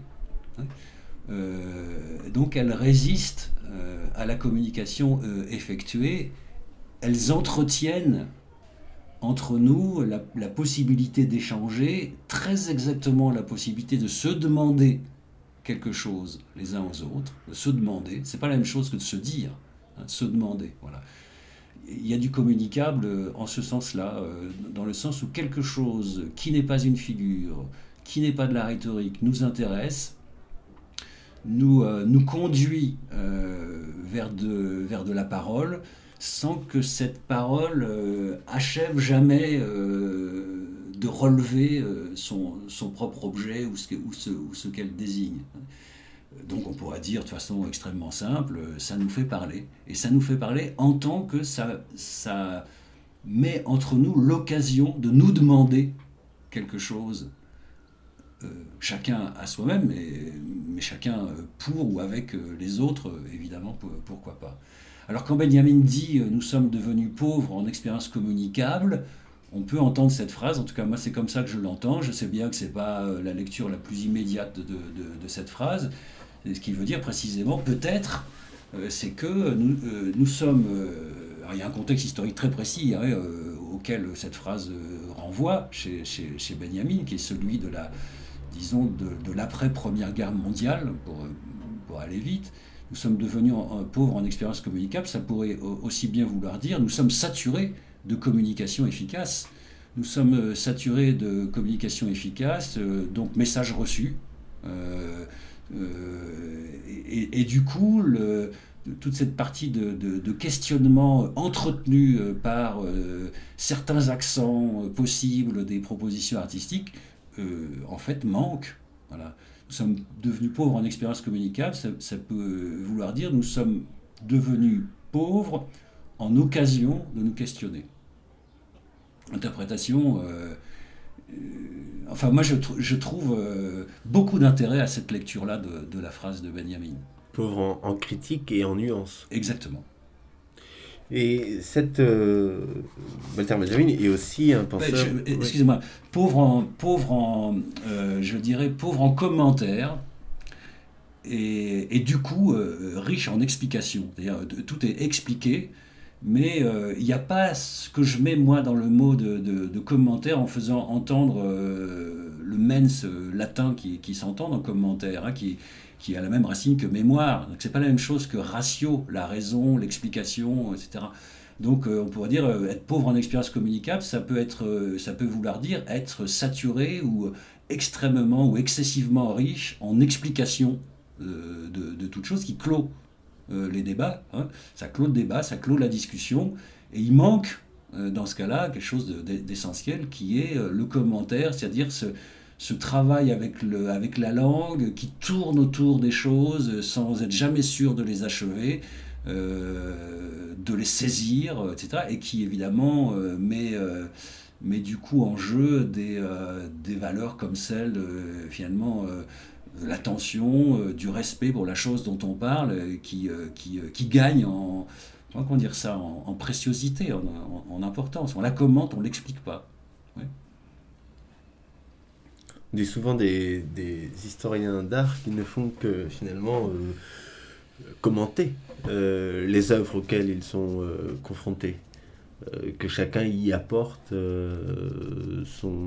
Donc elles résistent à la communication effectuée. Elles entretiennent entre nous la possibilité d'échanger, très exactement la possibilité de se demander quelque chose les uns aux autres, de se demander. C'est pas la même chose que de se dire, se demander. Voilà. Il y a du communicable en ce sens-là, dans le sens où quelque chose qui n'est pas une figure, qui n'est pas de la rhétorique, nous intéresse, nous conduit vers de la parole, sans que cette parole achève jamais de relever son propre objet ou ce qu'elle désigne. Donc on pourrait dire de façon extrêmement simple, ça nous fait parler. Et ça nous fait parler en tant que ça met entre nous l'occasion de nous demander quelque chose, chacun à soi-même, mais chacun pour ou avec les autres, évidemment, pourquoi pas. Alors quand Benjamin dit « nous sommes devenus pauvres en expérience communicable », on peut entendre cette phrase, en tout cas moi c'est comme ça que je l'entends, je sais bien que ce n'est pas la lecture la plus immédiate de cette phrase, ce qui veut dire précisément peut-être, c'est que nous sommes... alors il y a un contexte historique très précis auquel cette phrase renvoie chez Benjamin, qui est celui de l'après-première guerre mondiale, pour aller vite. Nous sommes devenus pauvres en expérience communicable, ça pourrait aussi bien vouloir dire nous sommes saturés de communication efficace. Nous sommes saturés de communication efficace, donc message reçu. Et du coup, toute cette partie de questionnement entretenu par certains accents possibles des propositions artistiques, en fait, manque. Voilà. Nous sommes devenus pauvres en expérience communicable, ça peut vouloir dire nous sommes devenus pauvres en occasion de nous questionner. Interprétation, enfin moi je trouve beaucoup d'intérêt à cette lecture-là de la phrase de Benjamin. Pauvre en critique et en nuance. Exactement. Et cette Walter Benjamin est aussi un penseur... Excusez-moi, pauvre en je dirais pauvre en commentaires et du coup riche en explications. C'est-à-dire tout est expliqué, mais il n'y a pas ce que je mets moi dans le mot de commentaire en faisant entendre le mens latin qui s'entend dans commentaire, qui a la même racine que mémoire. Donc c'est pas la même chose que ratio, la raison, l'explication, etc. Donc on pourrait dire être pauvre en expérience communicable, ça peut vouloir dire être saturé ou extrêmement ou excessivement riche en explications de toute chose qui clôt les débats. Ça clôt le débat, ça clôt la discussion, et il manque dans ce cas-là quelque chose d'essentiel qui est le commentaire, c'est-à-dire ce travail avec la langue qui tourne autour des choses sans être jamais sûr de les achever, de les saisir, etc. Et qui évidemment met du coup en jeu des valeurs comme celle finalement de l'attention, du respect pour la chose dont on parle, qui gagne comment dire ça, en préciosité, en importance. On la commente, on ne l'explique pas. Ouais. On dit souvent des historiens d'art qui ne font que finalement commenter les œuvres auxquelles ils sont confrontés. Que chacun y apporte de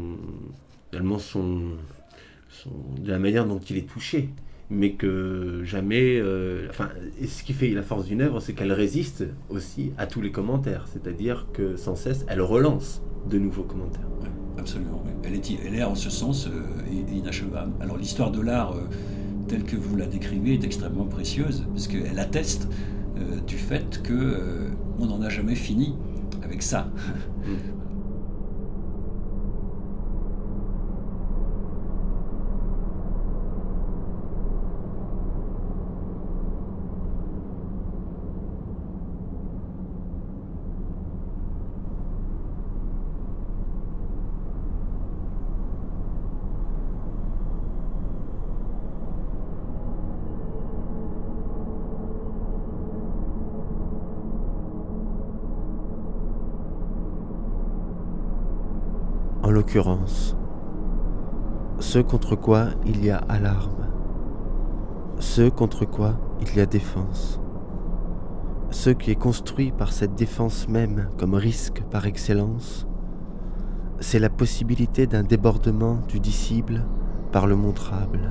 la manière dont il est touché. Mais que jamais... et ce qui fait la force d'une œuvre, c'est qu'elle résiste aussi à tous les commentaires. C'est-à-dire que sans cesse, elle relance de nouveaux commentaires. Ouais, absolument. Ouais. Elle est en ce sens inachevable. Alors l'histoire de l'art, telle que vous la décrivez, est extrêmement précieuse, parce qu'elle atteste du fait qu'on n'en a jamais fini avec ça. En l'occurrence, ce contre quoi il y a alarme, ce contre quoi il y a défense, ce qui est construit par cette défense même comme risque par excellence, c'est la possibilité d'un débordement du dissible par le montrable.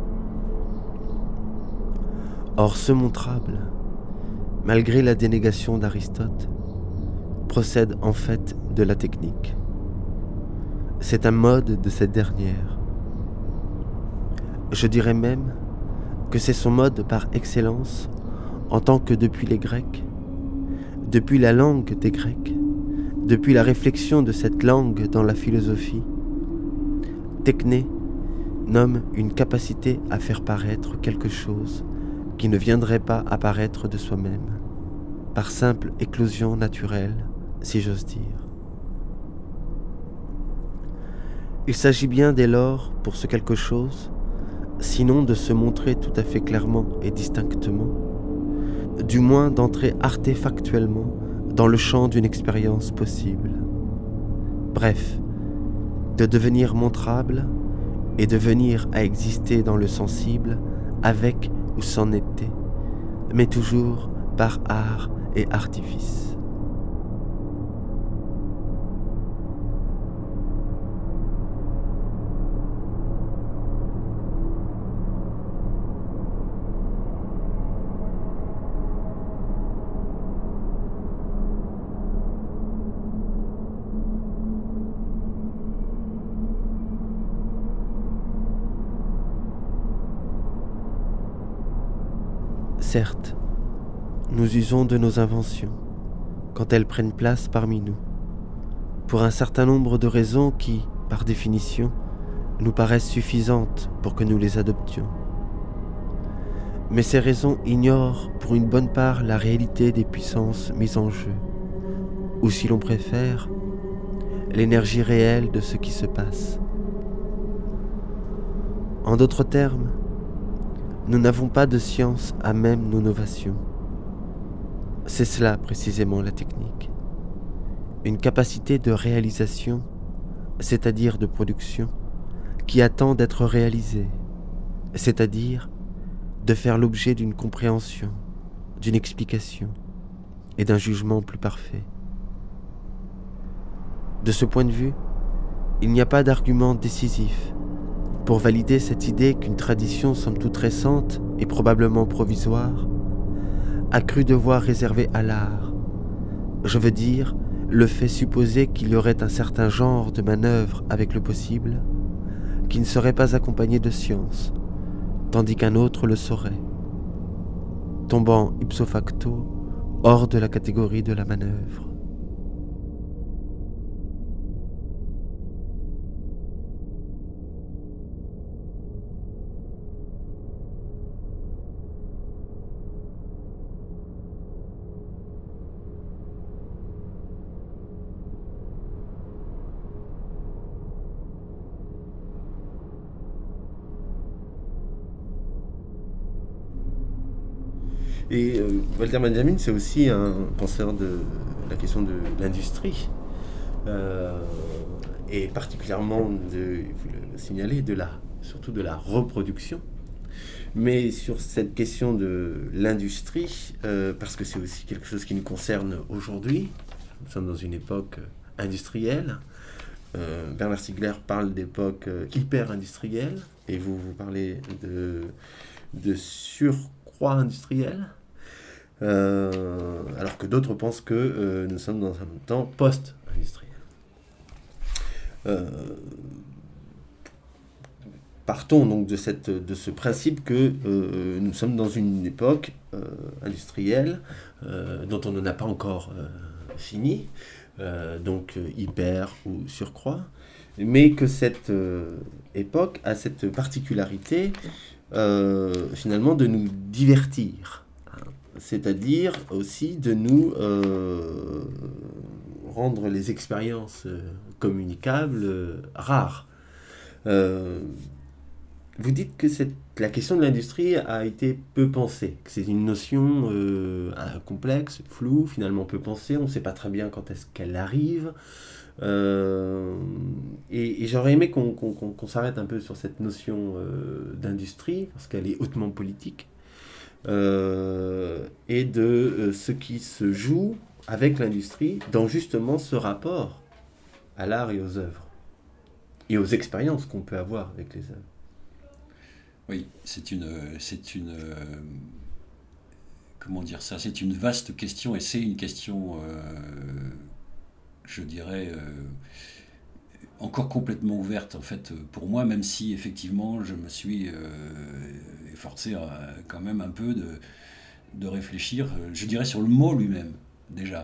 Or ce montrable, malgré la dénégation d'Aristote, procède en fait de la technique. C'est un mode de cette dernière. Je dirais même que c'est son mode par excellence, en tant que depuis les Grecs, depuis la langue des Grecs, depuis la réflexion de cette langue dans la philosophie, techné nomme une capacité à faire paraître quelque chose qui ne viendrait pas apparaître de soi-même, par simple éclosion naturelle, si j'ose dire. Il s'agit bien dès lors, pour ce quelque chose, sinon de se montrer tout à fait clairement et distinctement, du moins d'entrer artefactuellement dans le champ d'une expérience possible. Bref, de devenir montrable et de venir à exister dans le sensible avec ou sans netteté, mais toujours par art et artifice. Certes, nous usons de nos inventions quand elles prennent place parmi nous, pour un certain nombre de raisons qui, par définition, nous paraissent suffisantes pour que nous les adoptions. Mais ces raisons ignorent pour une bonne part la réalité des puissances mises en jeu, ou si l'on préfère, l'énergie réelle de ce qui se passe. En d'autres termes, nous n'avons pas de science à même nos novations. C'est cela précisément la technique. Une capacité de réalisation, c'est-à-dire de production, qui attend d'être réalisée, c'est-à-dire de faire l'objet d'une compréhension, d'une explication et d'un jugement plus parfait. De ce point de vue, il n'y a pas d'argument décisif pour valider cette idée qu'une tradition somme toute récente et probablement provisoire a cru devoir réserver à l'art. Je veux dire, le fait supposé qu'il y aurait un certain genre de manœuvre avec le possible qui ne serait pas accompagné de science, tandis qu'un autre le saurait, tombant ipso facto hors de la catégorie de la manœuvre. Et Walter Benjamin, c'est aussi un penseur de la question de l'industrie, et particulièrement, vous le signalez, surtout de la reproduction. Mais sur cette question de l'industrie, parce que c'est aussi quelque chose qui nous concerne aujourd'hui, nous sommes dans une époque industrielle. Bernard Stiegler parle d'époque hyper-industrielle, et vous parlez de surcroît industriel, alors que d'autres pensent que nous sommes dans un temps post-industriel. Partons donc de ce principe que nous sommes dans une époque industrielle dont on n'en a pas encore fini, donc hyper ou surcroît, mais que cette époque a cette particularité finalement de nous divertir, hein, c'est-à-dire aussi de nous rendre les expériences communicables rares. Vous dites que la question de l'industrie a été peu pensée, que c'est une notion complexe, floue, finalement peu pensée, on ne sait pas très bien quand est-ce qu'elle arrive. Et j'aurais aimé qu'on s'arrête un peu sur cette notion d'industrie, parce qu'elle est hautement politique, et de ce qui se joue avec l'industrie dans justement ce rapport à l'art et aux œuvres, et aux expériences qu'on peut avoir avec les œuvres. Oui, comment dire ça, c'est une vaste question, et c'est une question, je dirais, encore complètement ouverte en fait pour moi, même si effectivement je me suis efforcé quand même un peu de réfléchir, je dirais, sur le mot lui-même déjà.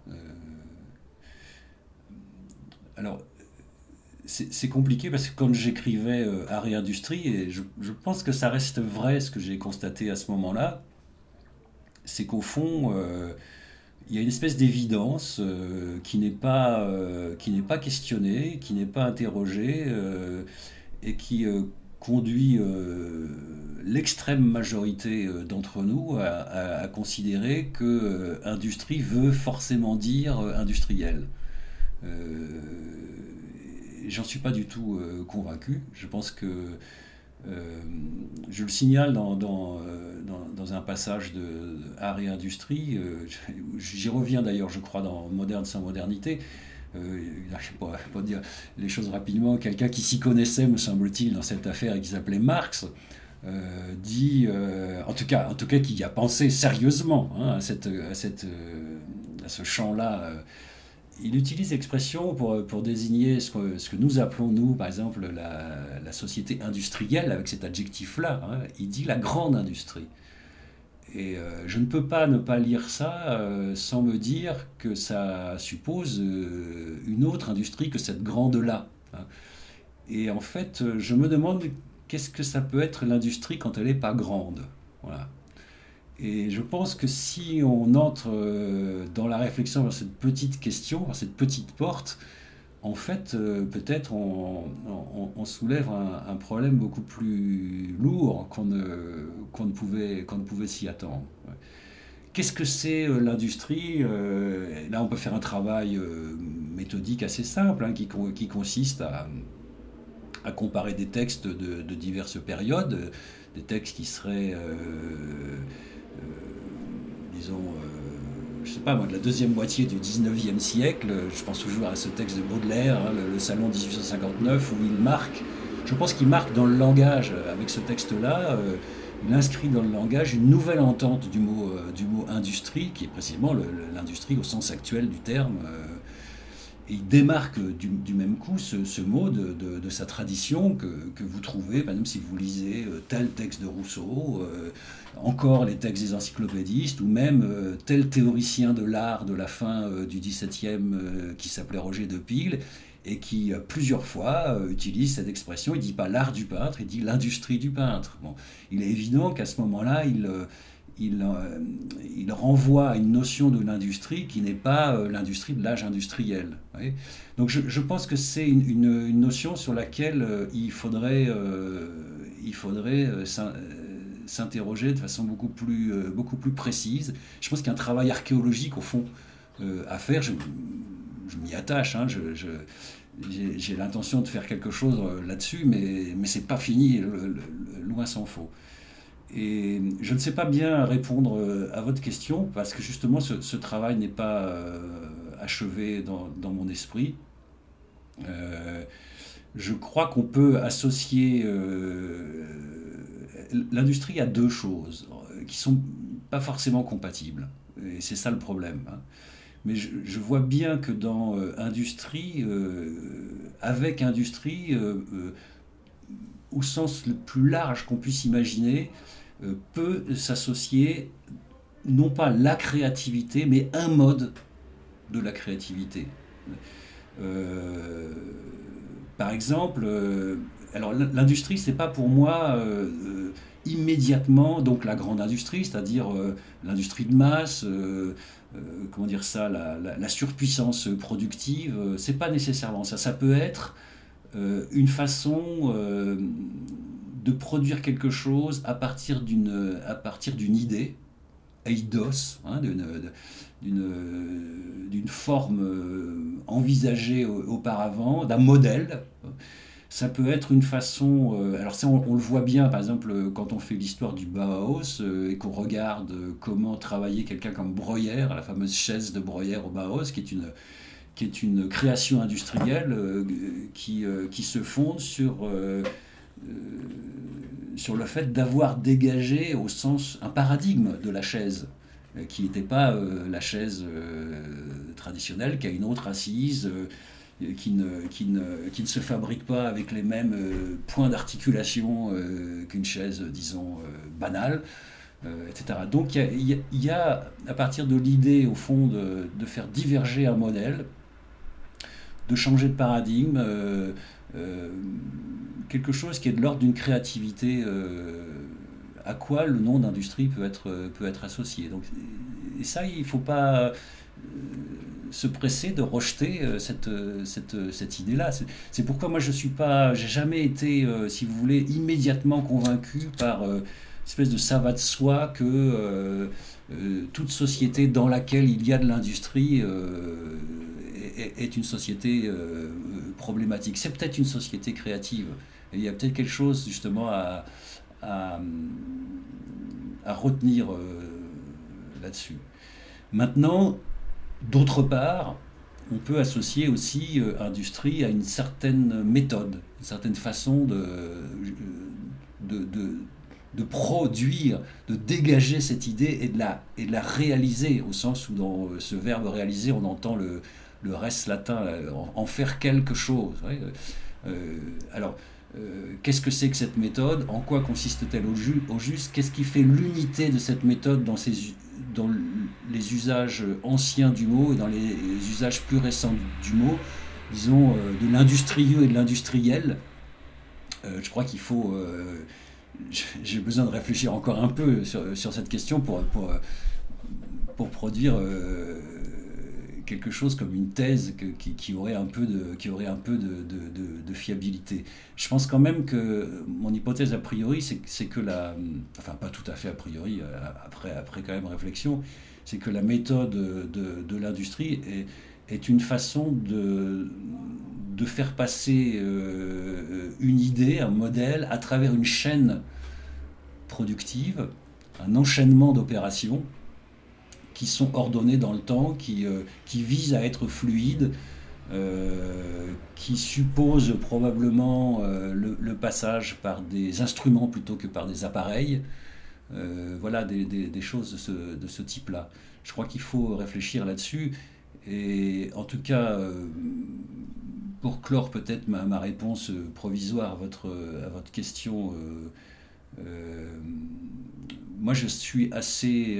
Alors, c'est compliqué parce que quand j'écrivais art et industrie, et je pense que ça reste vrai, ce que j'ai constaté à ce moment-là, c'est qu'au fond, il y a une espèce d'évidence qui n'est pas questionnée, qui n'est pas interrogée, et qui conduit l'extrême majorité d'entre nous à considérer que industrie veut forcément dire industriel. J'en suis pas du tout convaincu. Je pense que, je le signale dans un passage de art et industrie, j'y reviens d'ailleurs, je crois, dans Moderne sans modernité. Pour dire les choses rapidement, quelqu'un qui s'y connaissait, me semble-t-il, dans cette affaire et qui s'appelait Marx, dit, en tout cas qui y a pensé sérieusement, hein, à ce champ-là. Il utilise l'expression pour désigner ce que nous appelons, nous, par exemple, la société industrielle, avec cet adjectif-là. Hein. Il dit la grande industrie. Et je ne peux pas ne pas lire ça sans me dire que ça suppose une autre industrie que cette grande-là. Hein. Et en fait, je me demande qu'est-ce que ça peut être l'industrie quand elle n'est pas grande. Voilà. Et je pense que si on entre dans la réflexion vers cette petite question, vers cette petite porte, en fait, peut-être on soulève un problème beaucoup plus lourd qu'on ne pouvait s'y attendre. Qu'est-ce que c'est l'industrie ? Là, on peut faire un travail méthodique assez simple, hein, qui consiste à comparer des textes de diverses périodes, des textes qui seraient... disons, je sais pas moi, de la deuxième moitié du 19e siècle. Je pense toujours à ce texte de Baudelaire, hein, le Salon 1859, où je pense qu'il marque dans le langage, avec ce texte-là, il inscrit dans le langage une nouvelle entente du mot industrie, qui est précisément l'industrie au sens actuel du terme. Et il démarque du même coup ce mot de sa tradition que vous trouvez, par exemple, si vous lisez tel texte de Rousseau, encore les textes des encyclopédistes, ou même tel théoricien de l'art de la fin du XVIIe qui s'appelait Roger de Pile, et qui plusieurs fois utilise cette expression. Il ne dit pas l'art du peintre, il dit l'industrie du peintre. Bon, il est évident qu'à ce moment-là, il renvoie à une notion de l'industrie qui n'est pas l'industrie de l'âge industriel. Oui. Donc je pense que c'est une notion sur laquelle il faudrait s'interroger de façon beaucoup plus précise. Je pense qu'il y a un travail archéologique, au fond, à faire. Je m'y attache, hein, j'ai l'intention de faire quelque chose là-dessus, mais c'est pas fini, loin s'en faut. Et je ne sais pas bien répondre à votre question, parce que justement ce travail n'est pas achevé dans mon esprit. Je crois qu'on peut associer l'industrie à deux choses qui sont pas forcément compatibles, et c'est ça le problème, hein. Mais je vois bien que dans industrie, avec industrie, au sens le plus large qu'on puisse imaginer, peut s'associer non pas la créativité, mais un mode de la créativité. Par exemple, alors l'industrie, c'est pas pour moi immédiatement donc la grande industrie, c'est-à-dire l'industrie de masse, comment dire ça, la surpuissance productive, c'est pas nécessairement ça. Ça peut être une façon de produire quelque chose à partir d'une idée, eidos, hein, d'une forme envisagée auparavant, d'un modèle. Ça peut être une façon... alors ça, on le voit bien, par exemple, quand on fait l'histoire du Bauhaus et qu'on regarde comment travaillait quelqu'un comme Breuer, la fameuse chaise de Breuer au Bauhaus, qui est une création industrielle qui se fonde sur le fait d'avoir dégagé au sens un paradigme de la chaise, qui n'était pas la chaise traditionnelle, qui a une autre assise, qui ne se fabrique pas avec les mêmes points d'articulation qu'une chaise, disons, banale, etc. Donc il y a, à partir de l'idée, au fond, de faire diverger un modèle, de changer de paradigme, quelque chose qui est de l'ordre d'une créativité à quoi le nom d'industrie peut être associé. Donc, et ça, il ne faut pas se presser de rejeter cette idée-là. C'est pourquoi moi j'ai jamais été, si vous voulez, immédiatement convaincu par une espèce de ça va de soi que toute société dans laquelle il y a de l'industrie est une société problématique. C'est peut-être une société créative. Et il y a peut-être quelque chose justement à retenir là-dessus. Maintenant, d'autre part, on peut associer aussi industrie à une certaine méthode, une certaine façon de produire, de dégager cette idée et de la réaliser, au sens où dans ce verbe réaliser, on entend le reste latin, en faire quelque chose. Ouais. Alors, qu'est-ce que c'est que cette méthode? En quoi consiste-t-elle au juste? Qu'est-ce qui fait l'unité de cette méthode dans les usages anciens du mot et dans les usages plus récents du mot, disons, de l'industrieux et de l'industriel? Je crois qu'il faut... j'ai besoin de réfléchir encore un peu sur cette question pour produire quelque chose comme une thèse qui aurait un peu de fiabilité. Je pense quand même que mon hypothèse a priori, c'est que enfin pas tout à fait a priori, après quand même réflexion, c'est que la méthode de l'industrie est une façon de faire passer une idée, un modèle, à travers une chaîne productive, un enchaînement d'opérations qui sont ordonnées dans le temps, qui visent à être fluides, qui supposent probablement le passage par des instruments plutôt que par des appareils. Voilà des choses de ce type-là. Je crois qu'il faut réfléchir là-dessus. Et en tout cas, pour clore peut-être ma réponse provisoire à votre question, moi je suis assez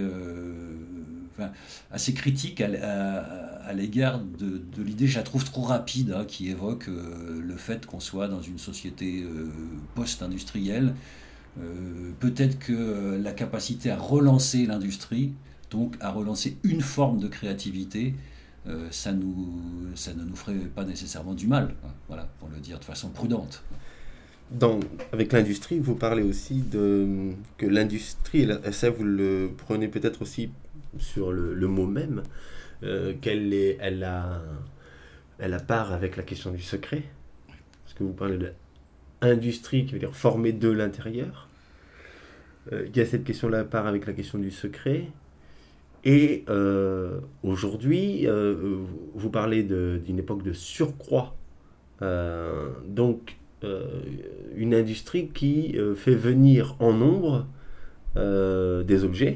critique à l'égard de l'idée, je la trouve trop rapide, hein, qui évoque le fait qu'on soit dans une société post-industrielle. Peut-être que la capacité à relancer l'industrie, donc à relancer une forme de créativité, ça ne nous ferait pas nécessairement du mal, hein, voilà, pour le dire de façon prudente. avec l'industrie, vous parlez aussi que l'industrie, et ça vous le prenez peut-être aussi sur le mot même, elle a part avec la question du secret. Parce que vous parlez d'industrie qui veut dire former de l'intérieur. Il y a cette question-là part avec la question du secret. Et aujourd'hui, vous parlez d'une époque de surcroît. Donc, une industrie qui fait venir en nombre des objets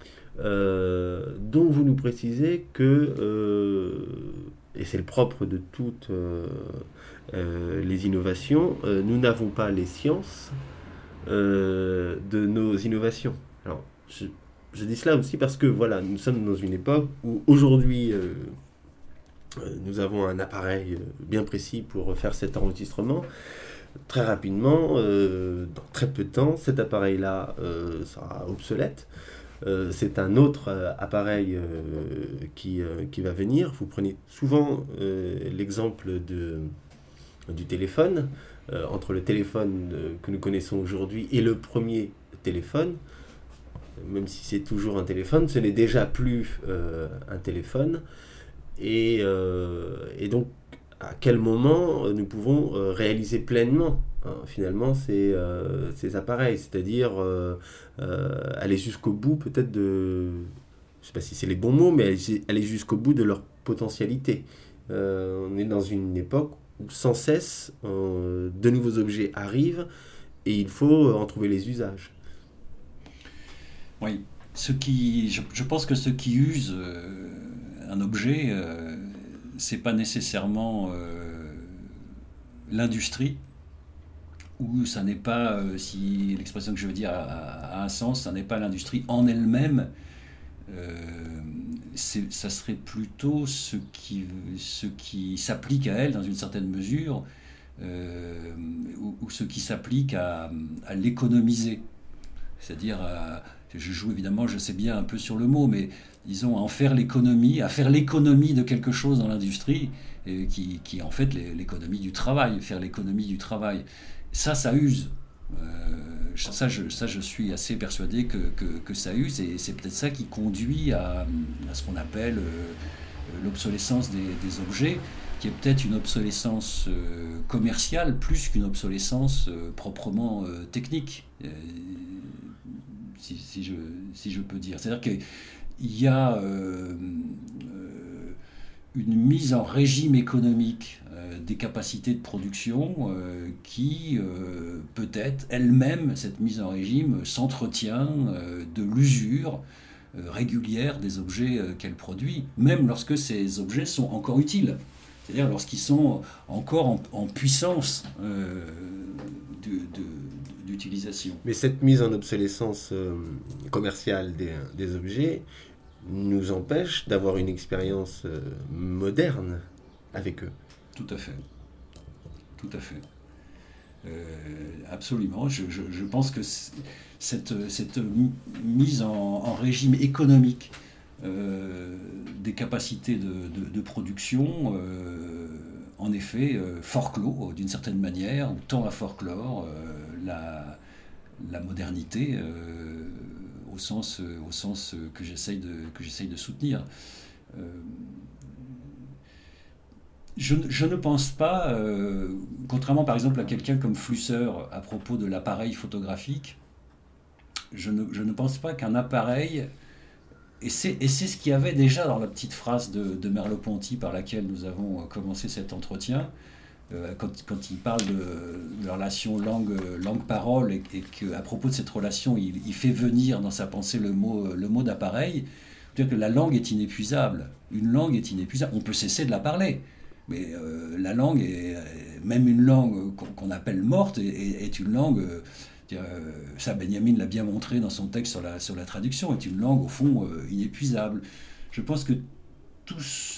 dont vous nous précisez que, et c'est le propre de toutes les innovations, nous n'avons pas les sciences de nos innovations. Alors, je dis cela aussi parce que voilà, nous sommes dans une époque où aujourd'hui nous avons un appareil bien précis pour faire cet enregistrement. Très rapidement, dans très peu de temps, cet appareil-là sera obsolète. C'est un autre appareil qui va venir. Vous prenez souvent l'exemple du téléphone. Entre le téléphone que nous connaissons aujourd'hui et le premier téléphone, même si c'est toujours un téléphone, ce n'est déjà plus un téléphone. Et donc, à quel moment nous pouvons réaliser pleinement finalement ces appareils, c'est-à-dire aller jusqu'au bout peut-être je ne sais pas si c'est les bons mots, mais aller jusqu'au bout de leur potentialité. On est dans une époque où sans cesse de nouveaux objets arrivent et il faut en trouver les usages. Oui, je pense que ce qui use un objet, c'est pas nécessairement l'industrie, ou ça n'est pas, si l'expression que je veux dire a un sens, ça n'est pas l'industrie en elle-même. Ça serait plutôt ce qui s'applique à elle dans une certaine mesure, ou ce qui s'applique à l'économiser. C'est-à-dire, je joue évidemment, je sais bien un peu sur le mot, mais disons à faire l'économie de quelque chose dans l'industrie, qui est en fait l'économie du travail, faire l'économie du travail. Ça use. Ça, je suis assez persuadé que ça use, et c'est peut-être ça qui conduit à ce qu'on appelle l'obsolescence des objets, qui est peut-être une obsolescence commerciale plus qu'une obsolescence proprement technique, si je peux dire. C'est-à-dire qu'il y a une mise en régime économique des capacités de production qui peut-être elle-même, cette mise en régime, s'entretient de l'usure régulière des objets qu'elle produit, même lorsque ces objets sont encore utiles, c'est-à-dire lorsqu'ils sont encore en puissance d'utilisation. Mais cette mise en obsolescence commerciale des objets nous empêche d'avoir une expérience moderne avec eux. Tout à fait. Tout à fait. Absolument. Je pense que cette mise en régime économique des capacités de production, en effet, forclôt d'une certaine manière, ou tend à forclore la modernité au sens que j'essaye de soutenir. Je ne pense pas, contrairement par exemple à quelqu'un comme Flusser à propos de l'appareil photographique, je ne pense pas qu'un appareil, et c'est ce qu'il y avait déjà dans la petite phrase de Merleau-Ponty par laquelle nous avons commencé cet entretien, quand il parle de la relation langue-parole, et qu'à propos de cette relation, il fait venir dans sa pensée le mot d'appareil. C'est-à-dire que la langue est inépuisable. Une langue est inépuisable. On peut cesser de la parler. Mais la langue, même une langue qu'on appelle morte, est une langue, ça Benjamin l'a bien montré dans son texte sur la traduction, est une langue au fond inépuisable. Je pense que tout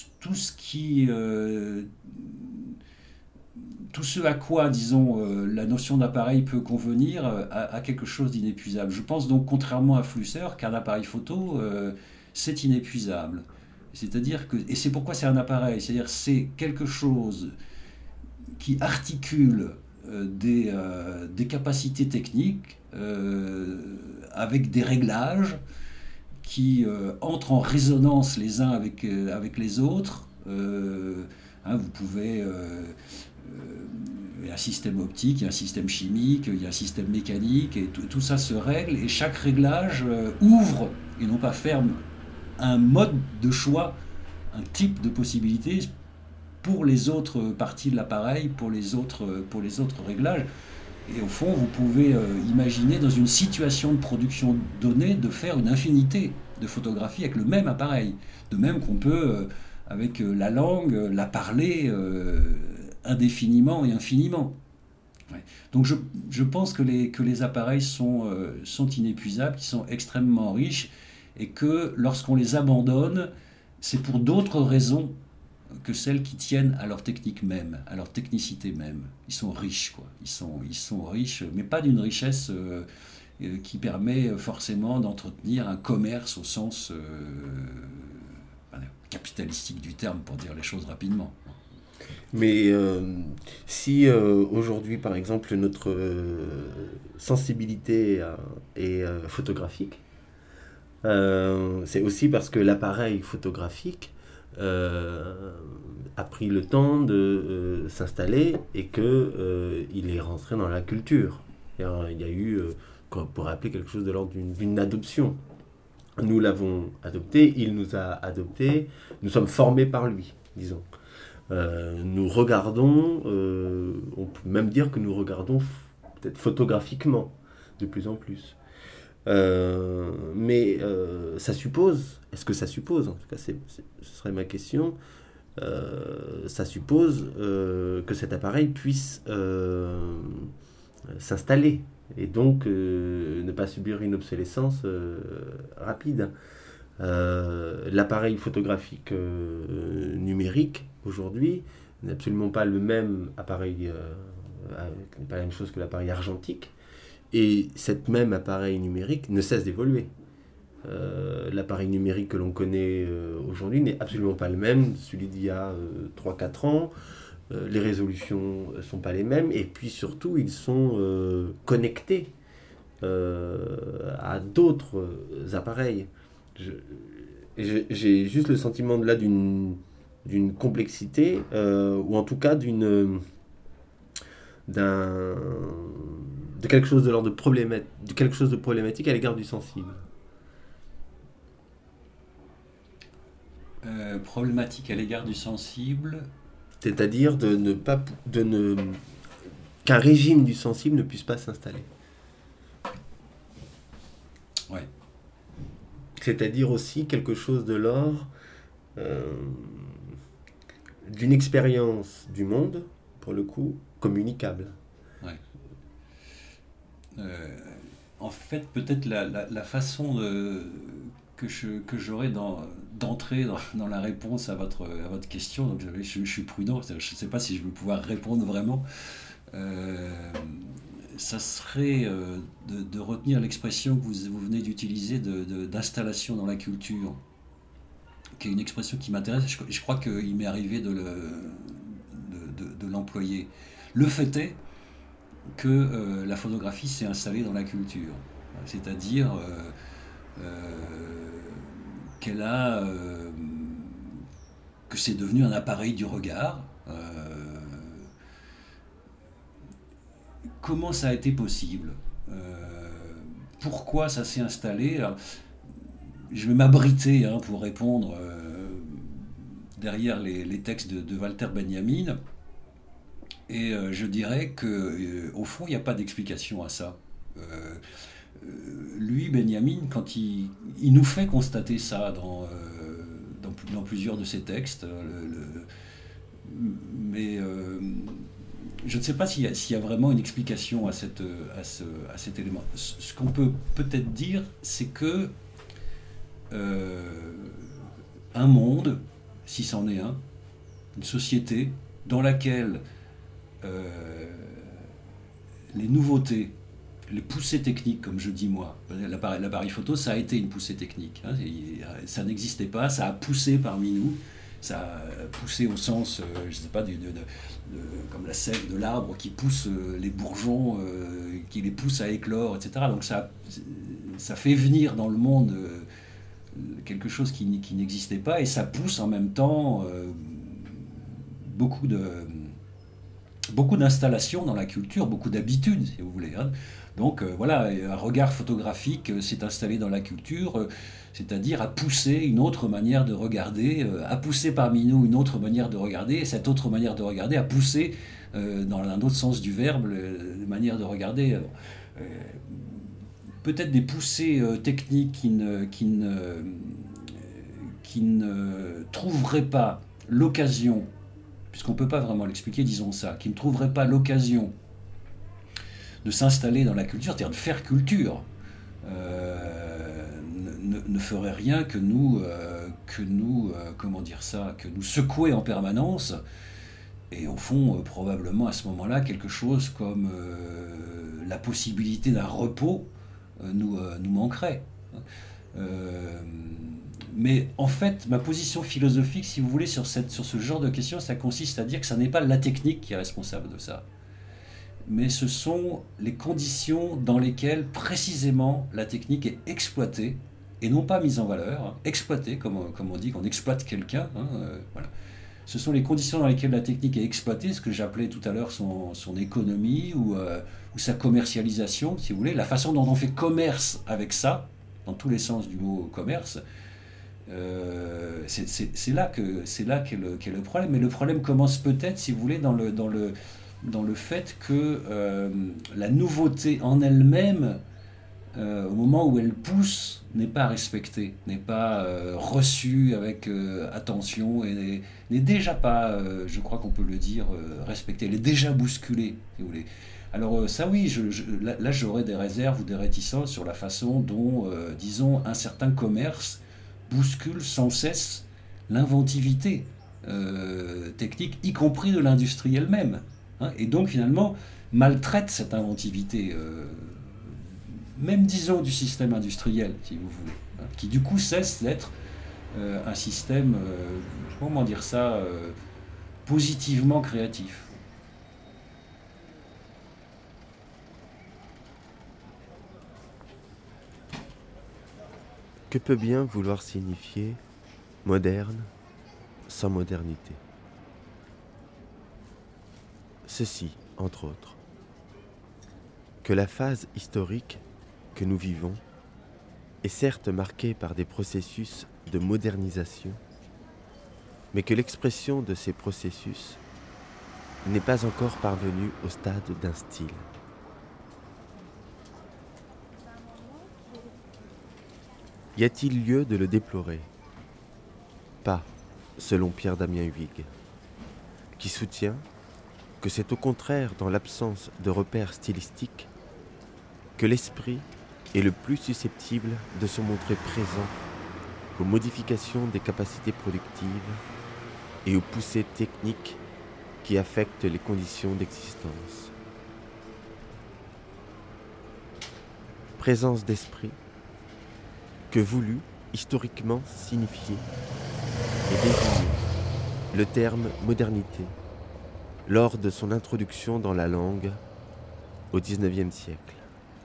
ce à quoi, disons, la notion d'appareil peut convenir a quelque chose d'inépuisable. Je pense donc, contrairement à Flusser, qu'un appareil photo, c'est inépuisable. C'est-à-dire que, et c'est pourquoi c'est un appareil, c'est-à-dire c'est quelque chose qui articule des capacités techniques avec des réglages qui entrent en résonance les uns avec les autres. Vous pouvez... il y a un système optique, il y a un système chimique, il y a un système mécanique, et tout ça se règle, et chaque réglage ouvre, et non pas ferme, un mode de choix, un type de possibilité pour les autres parties de l'appareil, pour les autres réglages. Et au fond, vous pouvez imaginer dans une situation de production donnée de faire une infinité de photographies avec le même appareil. De même qu'on peut, avec la langue, la parler indéfiniment et infiniment. Ouais. Donc je pense que les appareils sont inépuisables, qu'ils sont extrêmement riches, et que lorsqu'on les abandonne, c'est pour d'autres raisons que celles qui tiennent à leur technique même, à leur technicité même. Ils sont riches, quoi. Ils sont riches, mais pas d'une richesse qui permet forcément d'entretenir un commerce au sens capitalistique du terme, pour dire les choses rapidement. Mais si aujourd'hui, par exemple, notre sensibilité est photographique, c'est aussi parce que l'appareil photographique a pris le temps de s'installer et qu'il est rentré dans la culture. Il y a eu, on pourrait appeler quelque chose de l'ordre d'une adoption. Nous l'avons adopté, il nous a adopté, nous sommes formés par lui, disons. Nous regardons, on peut même dire que nous regardons peut-être photographiquement de plus en plus. Mais ça suppose, est-ce que ça suppose, en tout cas ce serait ma question, ça suppose que cet appareil puisse s'installer et donc ne pas subir une obsolescence rapide. L'appareil photographique numérique aujourd'hui n'est absolument pas le même appareil, n'est pas la même chose que l'appareil argentique, et cet même appareil numérique ne cesse d'évoluer. L'appareil numérique que l'on connaît aujourd'hui n'est absolument pas le même, celui d'il y a 3-4 ans. Les résolutions ne sont pas les mêmes, et puis surtout ils sont connectés à d'autres appareils. J'ai juste le sentiment là d'une complexité, ou en tout cas de quelque chose de l'ordre de quelque chose de problématique à l'égard du sensible. Problématique à l'égard du sensible. C'est-à-dire qu'un régime du sensible ne puisse pas s'installer. Ouais. C'est-à-dire aussi quelque chose de l'ordre d'une expérience du monde, pour le coup, communicable. Ouais. En fait, peut-être la façon que j'aurais d'entrer dans la réponse à votre question, donc je suis prudent, je ne sais pas si je vais pouvoir répondre vraiment, ça serait de retenir l'expression que vous venez d'utiliser d'installation dans la culture, qui est une expression qui m'intéresse. Je crois qu'il m'est arrivé de l'employer. Le fait est que la photographie s'est installée dans la culture, c'est-à-dire que c'est devenu un appareil du regard. Comment ça a été possible ? Pourquoi ça s'est installé ? Alors, je vais m'abriter pour répondre derrière les textes de Walter Benjamin, et je dirais qu'au fond, il n'y a pas d'explication à ça. Lui, Benjamin, quand il nous fait constater ça dans plusieurs de ses textes, mais je ne sais pas s'il y a vraiment une explication à cet élément. Ce qu'on peut peut-être dire, c'est que un monde, si c'en est un, une société dans laquelle les nouveautés, les poussées techniques, comme je dis moi, l'appareil photo, ça a été une poussée technique. Ça n'existait pas, ça a poussé parmi nous. Ça poussé au sens, je sais pas, comme la sève de l'arbre qui pousse les bourgeons, qui les pousse à éclore, etc. Donc ça fait venir dans le monde quelque chose qui n'existait pas, et ça pousse en même temps beaucoup d'installations dans la culture, beaucoup d'habitudes, si vous voulez. Hein. Donc voilà, un regard photographique s'est installé dans la culture, c'est-à-dire à pousser une autre manière de regarder, à pousser parmi nous une autre manière de regarder, et cette autre manière de regarder a poussé, dans un autre sens du verbe, la manière de regarder. Peut-être des poussées techniques qui ne trouveraient pas l'occasion, puisqu'on ne peut pas vraiment l'expliquer, disons ça, qui ne trouveraient pas l'occasion de s'installer dans la culture, c'est-à-dire de faire culture, ne ferait rien que nous secouer en permanence, et au fond, probablement à ce moment-là, quelque chose comme la possibilité d'un repos nous manquerait. Mais en fait, ma position philosophique, si vous voulez, sur ce genre de questions, ça consiste à dire que ce n'est pas la technique qui est responsable de ça, mais ce sont les conditions dans lesquelles précisément la technique est exploitée, et non pas mise en valeur, hein, exploitée, comme on dit qu'on exploite quelqu'un. Hein, voilà. Ce sont les conditions dans lesquelles la technique est exploitée, ce que j'appelais tout à l'heure son économie ou sa commercialisation, si vous voulez, la façon dont on fait commerce avec ça, dans tous les sens du mot commerce. C'est là qu'est le problème. Mais le problème commence peut-être, si vous voulez, dans le fait que la nouveauté en elle-même, au moment où elle pousse, n'est pas respectée, n'est pas reçue avec attention, et n'est déjà pas, je crois qu'on peut le dire, respectée. Elle est déjà bousculée, si vous voulez. Alors ça oui, là j'aurais des réserves ou des réticences sur la façon dont, disons, un certain commerce bouscule sans cesse l'inventivité technique, y compris de l'industrie elle-même, hein, et donc finalement maltraite cette inventivité, même disons du système industriel, si vous voulez, hein, qui du coup cesse d'être un système, comment dire ça, positivement créatif. Que peut bien vouloir signifier moderne sans modernité? Ceci, entre autres, que la phase historique que nous vivons est certes marquée par des processus de modernisation, mais que l'expression de ces processus n'est pas encore parvenue au stade d'un style. Y a-t-il lieu de le déplorer? Pas, selon Pierre-Damien Huyghe, qui soutient que c'est au contraire dans l'absence de repères stylistiques que l'esprit est le plus susceptible de se montrer présent aux modifications des capacités productives et aux poussées techniques qui affectent les conditions d'existence. Présence d'esprit que voulut historiquement signifier et désigner le terme modernité lors de son introduction dans la langue au XIXe siècle.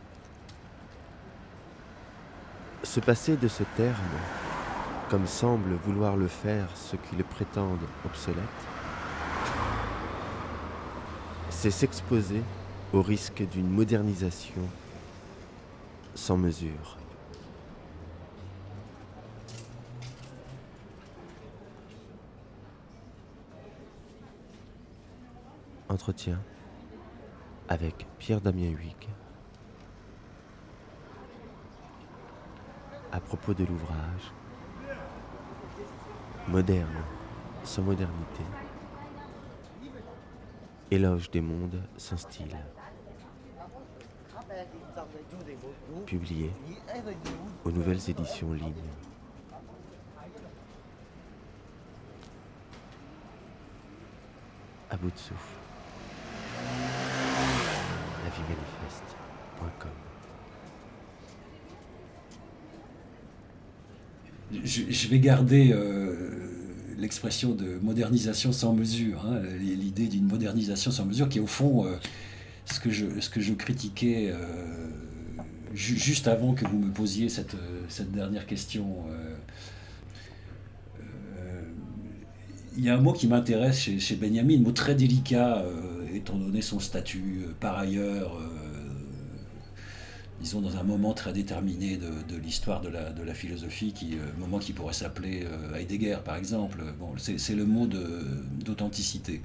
Se passer de ce terme, comme semble vouloir le faire ceux qui le prétendent obsolète, c'est s'exposer au risque d'une modernisation sans mesure. Entretien avec Pierre-Damien Huyghe à propos de l'ouvrage Moderne sans modernité, éloge des mondes sans style, publié aux Nouvelles Éditions Ligne. À bout de souffle. Laviemanifeste.com. Je vais garder l'expression de modernisation sans mesure, hein, l'idée d'une modernisation sans mesure qui est au fond ce que je critiquais juste avant que vous me posiez cette dernière question. Il y a un mot qui m'intéresse chez Benjamin, un mot très délicat, étant donné son statut par ailleurs, disons dans un moment très déterminé de l'histoire de la philosophie, moment qui pourrait s'appeler Heidegger par exemple. Bon, c'est le mot d'authenticité.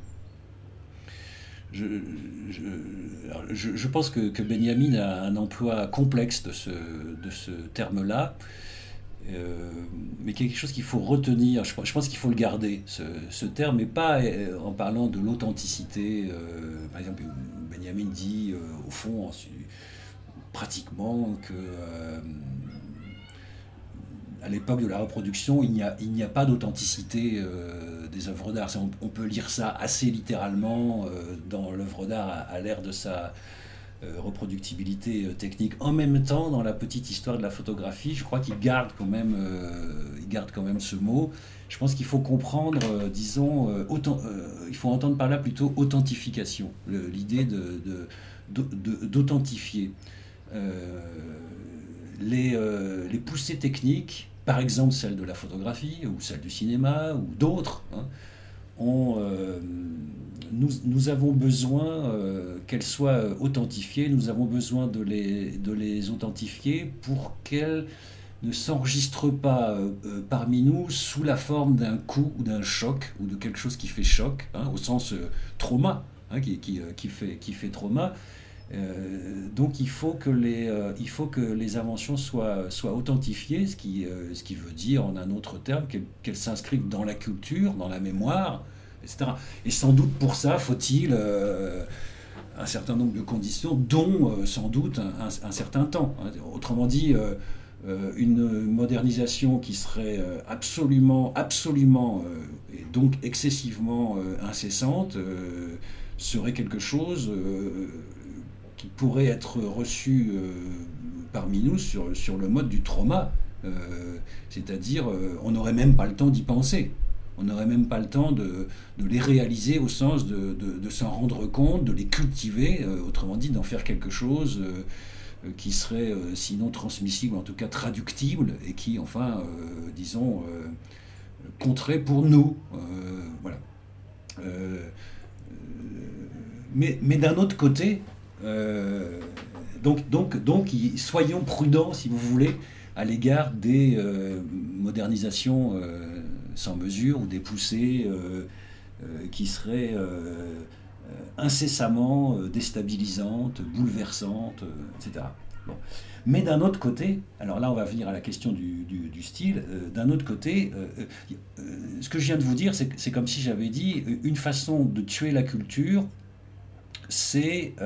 Je pense que Benjamin a un emploi complexe de ce terme-là, mais quelque chose qu'il faut retenir. Je pense qu'il faut le garder, ce terme, mais pas en parlant de l'authenticité. Par exemple, Benjamin dit, au fond, pratiquement, que à l'époque de la reproduction, il n'y a pas d'authenticité des œuvres d'art. On peut lire ça assez littéralement dans l'œuvre d'art à l'ère de sa reproductibilité technique. En même temps, dans la petite histoire de la photographie, je crois qu'il garde quand même ce mot. Je pense qu'il faut comprendre, il faut entendre par là plutôt authentification, l'idée d'authentifier. Les poussées techniques, par exemple celle de la photographie ou celle du cinéma ou d'autres, hein, nous avons besoin qu'elles soient authentifiées, nous avons besoin de les authentifier pour qu'elles ne s'enregistrent pas parmi nous sous la forme d'un coup ou d'un choc ou de quelque chose qui fait choc, hein, au sens trauma, hein, qui fait trauma. Donc il faut que les inventions soient authentifiées, ce qui veut dire en un autre terme qu'elles s'inscrivent dans la culture, dans la mémoire, etc. Et sans doute pour ça faut-il un certain nombre de conditions, dont sans doute un certain temps. Autrement dit, une modernisation qui serait absolument et donc excessivement incessante serait quelque chose qui pourrait être reçu parmi nous sur le mode du trauma, c'est-à-dire on n'aurait même pas le temps d'y penser, on n'aurait même pas le temps de les réaliser au sens de s'en rendre compte, de les cultiver, autrement dit d'en faire quelque chose qui serait sinon transmissible, en tout cas traductible, et qui enfin, compterait pour nous. Voilà. Mais d'un autre côté, donc, soyons prudents, si vous voulez, à l'égard des modernisations sans mesure ou des poussées qui seraient incessamment déstabilisantes, bouleversantes, etc. Bon. Mais d'un autre côté, alors là on va venir à la question du style, d'un autre côté, ce que je viens de vous dire, c'est comme si j'avais dit, une façon de tuer la culture, c'est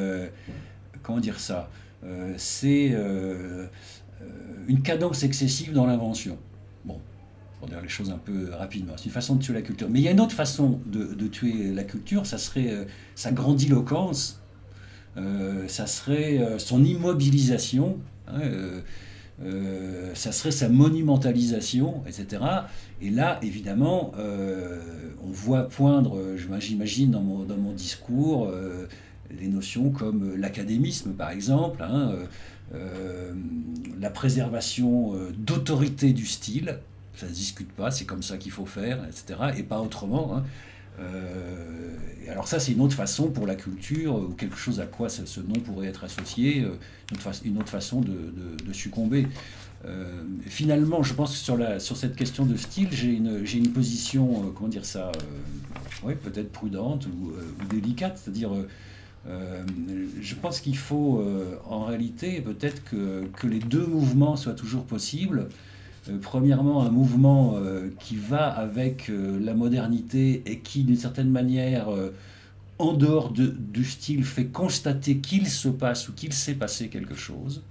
c'est une cadence excessive dans l'invention. Bon, pour dire les choses un peu rapidement, c'est une façon de tuer la culture. Mais il y a une autre façon de tuer la culture, ça serait sa grandiloquence, ça serait son immobilisation, hein, ça serait sa monumentalisation, etc. Et là, évidemment, on voit poindre, j'imagine dans mon discours, des notions comme l'académisme, par exemple, hein, la préservation d'autorité du style, ça ne se discute pas, c'est comme ça qu'il faut faire, etc., et pas autrement. Hein. Et alors ça, c'est une autre façon pour la culture, ou quelque chose à quoi ce nom pourrait être associé, une autre façon de succomber. Finalement, je pense que sur cette question de style, j'ai une position, peut-être prudente ou délicate, c'est-à-dire je pense qu'il faut en réalité peut-être que les deux mouvements soient toujours possibles. Premièrement, un mouvement qui va avec la modernité et qui, d'une certaine manière, en dehors du style, fait constater qu'il se passe ou qu'il s'est passé quelque chose.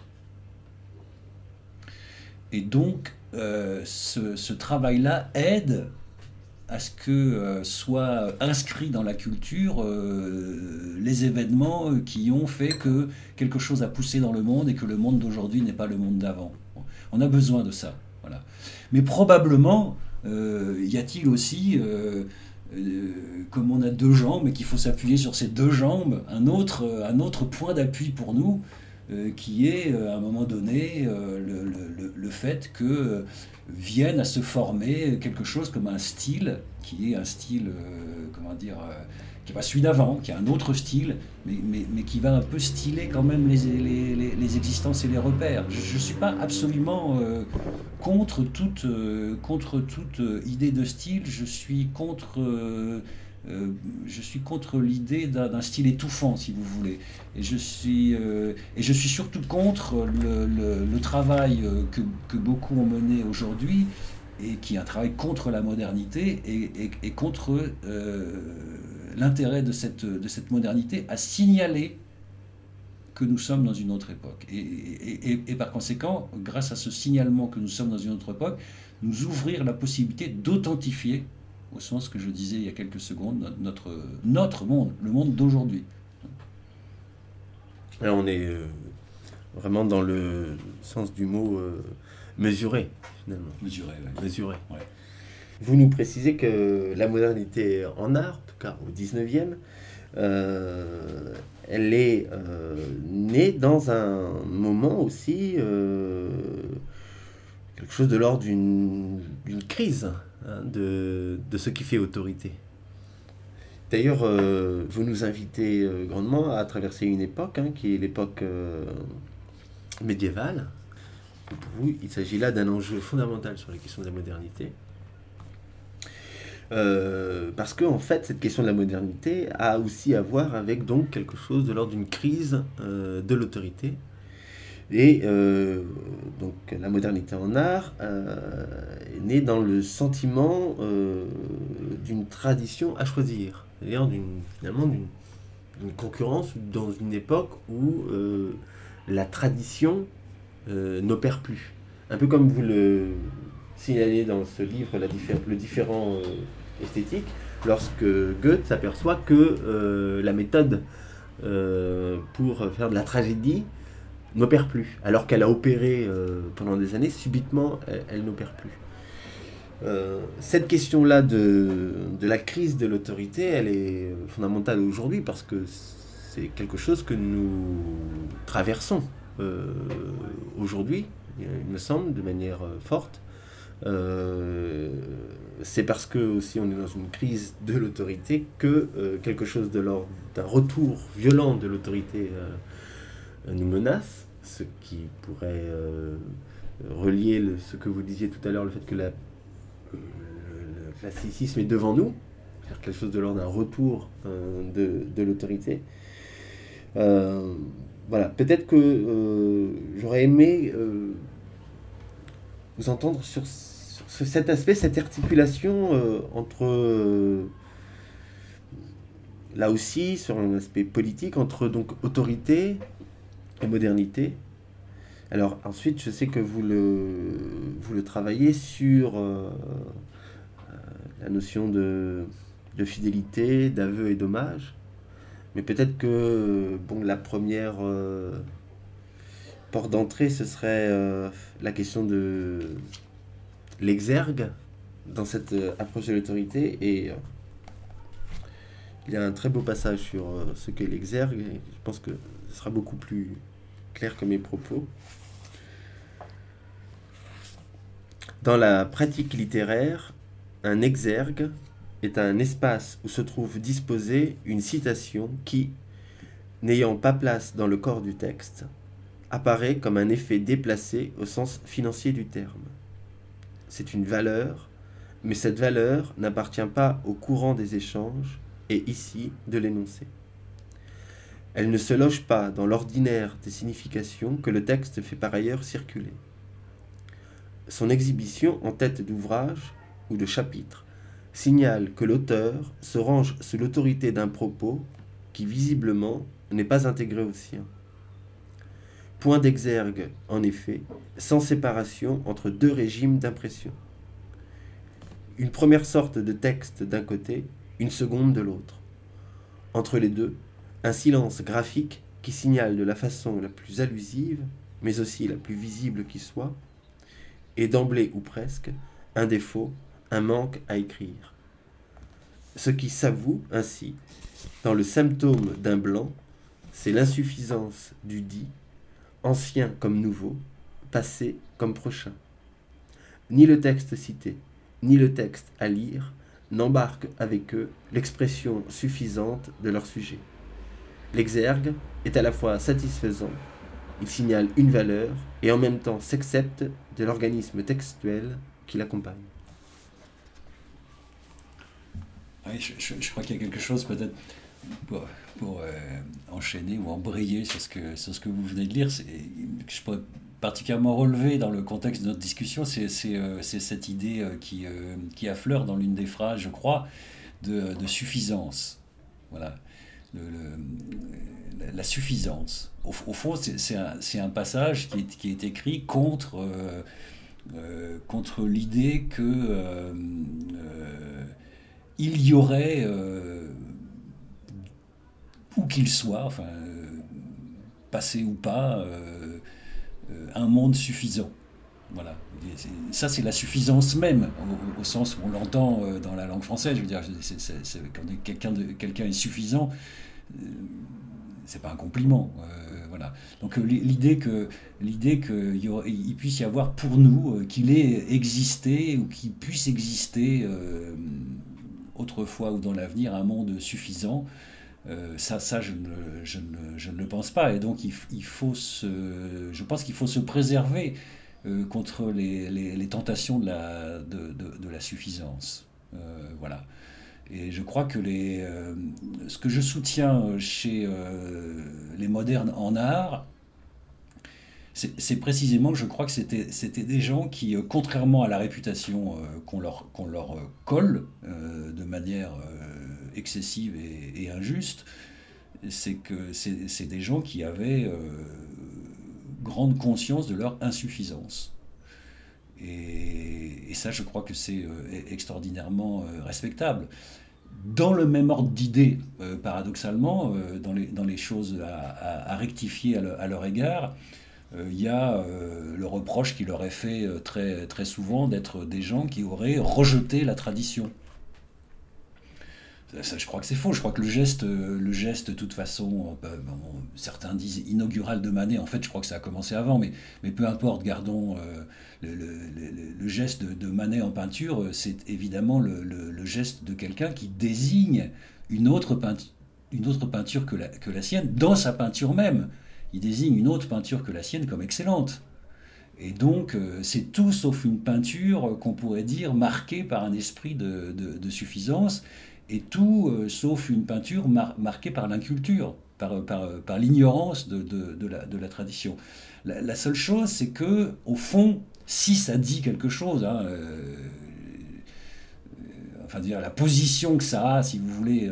Et donc, ce travail-là aide à ce que soient inscrits dans la culture les événements qui ont fait que quelque chose a poussé dans le monde et que le monde d'aujourd'hui n'est pas le monde d'avant. On a besoin de ça. Voilà. Mais probablement, y a-t-il aussi, comme on a deux jambes et qu'il faut s'appuyer sur ces deux jambes, un autre point d'appui pour nous, qui est à un moment donné le fait que vienne à se former quelque chose comme un style, qui est un style, qui n'est pas celui d'avant, qui a un autre style, mais qui va un peu styler quand même les existences et les repères. Je ne suis pas absolument contre toute idée de style, je suis contre l'idée d'un style étouffant, si vous voulez. Et je suis surtout contre le travail que beaucoup ont mené aujourd'hui, et qui est un travail contre la modernité et contre l'intérêt de cette modernité à signaler que nous sommes dans une autre époque. Et par conséquent, grâce à ce signalement que nous sommes dans une autre époque, nous ouvrir la possibilité d'authentifier, au sens que je disais il y a quelques secondes, notre monde, le monde d'aujourd'hui. Là, on est vraiment dans le sens du mot mesuré, finalement. Mesuré, ouais. Mesuré. Ouais. Vous nous précisez que la modernité en art, en tout cas au 19e, elle est née dans un moment aussi, quelque chose de l'ordre d'une crise, hein, de ce qui fait autorité. D'ailleurs, vous nous invitez grandement à traverser une époque, hein, qui est l'époque médiévale. Pour vous, il s'agit là d'un enjeu fondamental sur la question de la modernité. Parce que en fait, cette question de la modernité a aussi à voir avec donc quelque chose de l'ordre d'une crise de l'autorité. Et donc la modernité en art est née dans le sentiment d'une tradition à choisir, c'est-à-dire finalement d'une concurrence dans une époque où la tradition n'opère plus. Un peu comme vous le signalez dans ce livre, le différent esthétique, lorsque Goethe s'aperçoit que la méthode pour faire de la tragédie n'opère plus, alors qu'elle a opéré pendant des années, subitement elle n'opère plus. Cette question-là de la crise de l'autorité, elle est fondamentale aujourd'hui parce que c'est quelque chose que nous traversons aujourd'hui, il me semble, de manière forte. C'est parce que aussi on est dans une crise de l'autorité que quelque chose de l'ordre d'un retour violent de l'autorité nous menace, ce qui pourrait relier ce que vous disiez tout à l'heure, le fait que le classicisme est devant nous, c'est-à-dire quelque chose de l'ordre d'un retour de l'autorité. Voilà, peut-être que j'aurais aimé vous entendre sur cet aspect, cette articulation entre, là aussi, sur un aspect politique, entre donc autorité et modernité. Alors ensuite, je sais que vous le travaillez sur la notion de fidélité, d'aveu et d'hommage. Mais peut-être que la première porte d'entrée, ce serait la question de l'exergue dans cette approche de l'autorité. Et il y a un très beau passage sur ce qu'est l'exergue. Et je pense que ce sera beaucoup plus clair que mes propos. Dans la pratique littéraire, un exergue est un espace où se trouve disposée une citation qui, n'ayant pas place dans le corps du texte, apparaît comme un effet déplacé au sens financier du terme. C'est une valeur, mais cette valeur n'appartient pas au courant des échanges et ici de l'énoncé. Elle ne se loge pas dans l'ordinaire des significations que le texte fait par ailleurs circuler. Son exhibition en tête d'ouvrage ou de chapitre signale que l'auteur se range sous l'autorité d'un propos qui visiblement n'est pas intégré au sien. Point d'exergue, en effet, sans séparation entre deux régimes d'impression. Une première sorte de texte d'un côté, une seconde de l'autre. Entre les deux, un silence graphique qui signale de la façon la plus allusive, mais aussi la plus visible qui soit, et d'emblée ou presque, un défaut, un manque à écrire. Ce qui s'avoue ainsi dans le symptôme d'un blanc, c'est l'insuffisance du dit, ancien comme nouveau, passé comme prochain. Ni le texte cité, ni le texte à lire n'embarquent avec eux l'expression suffisante de leur sujet. L'exergue est à la fois satisfaisant, il signale une valeur et en même temps s'accepte de l'organisme textuel qui l'accompagne. Oui, je crois qu'il y a quelque chose peut-être pour enchaîner ou embrayer sur ce que vous venez de lire, que je pourrais particulièrement relever dans le contexte de notre discussion, c'est cette idée qui affleure dans l'une des phrases, je crois, de suffisance. Voilà. La suffisance. Au fond, c'est un passage qui est écrit contre l'idée que il y aurait, où qu'il soit, enfin, passé ou pas, un monde suffisant. Voilà. Ça, c'est la suffisance même, au sens où on l'entend dans la langue française. Je veux dire, quand quelqu'un est suffisant, c'est pas un compliment. Voilà. Donc l'idée qu'il puisse y avoir pour nous, qu'il ait existé ou qu'il puisse exister autrefois ou dans l'avenir un monde suffisant, ça je ne le pense pas. Et donc je pense qu'il faut se préserver contre les tentations de la suffisance. Voilà. Et je crois que ce que je soutiens chez les modernes en art, c'est précisément que je crois que c'était des gens qui, contrairement à la réputation qu'on leur colle de manière excessive et injuste, c'est que c'est des gens qui avaient grande conscience de leur insuffisance. Et ça, je crois que c'est extraordinairement respectable. Dans le même ordre d'idées, paradoxalement, dans les choses à rectifier à leur égard, il y a le reproche qui leur est fait très, très souvent d'être des gens qui auraient rejeté la tradition. Ça, je crois que c'est faux. Je crois que le geste de toute façon, certains disent inaugural de Manet. En fait, je crois que ça a commencé avant, mais peu importe. Gardons le geste de Manet en peinture. C'est évidemment le geste de quelqu'un qui désigne une autre peinture que la sienne dans sa peinture même. Il désigne une autre peinture que la sienne comme excellente. Et donc, c'est tout sauf une peinture qu'on pourrait dire marquée par un esprit de suffisance. Et tout sauf une peinture marquée par l'inculture, par l'ignorance de la tradition. La seule chose, c'est que, au fond, si ça dit quelque chose, enfin dire la position que ça a, si vous voulez,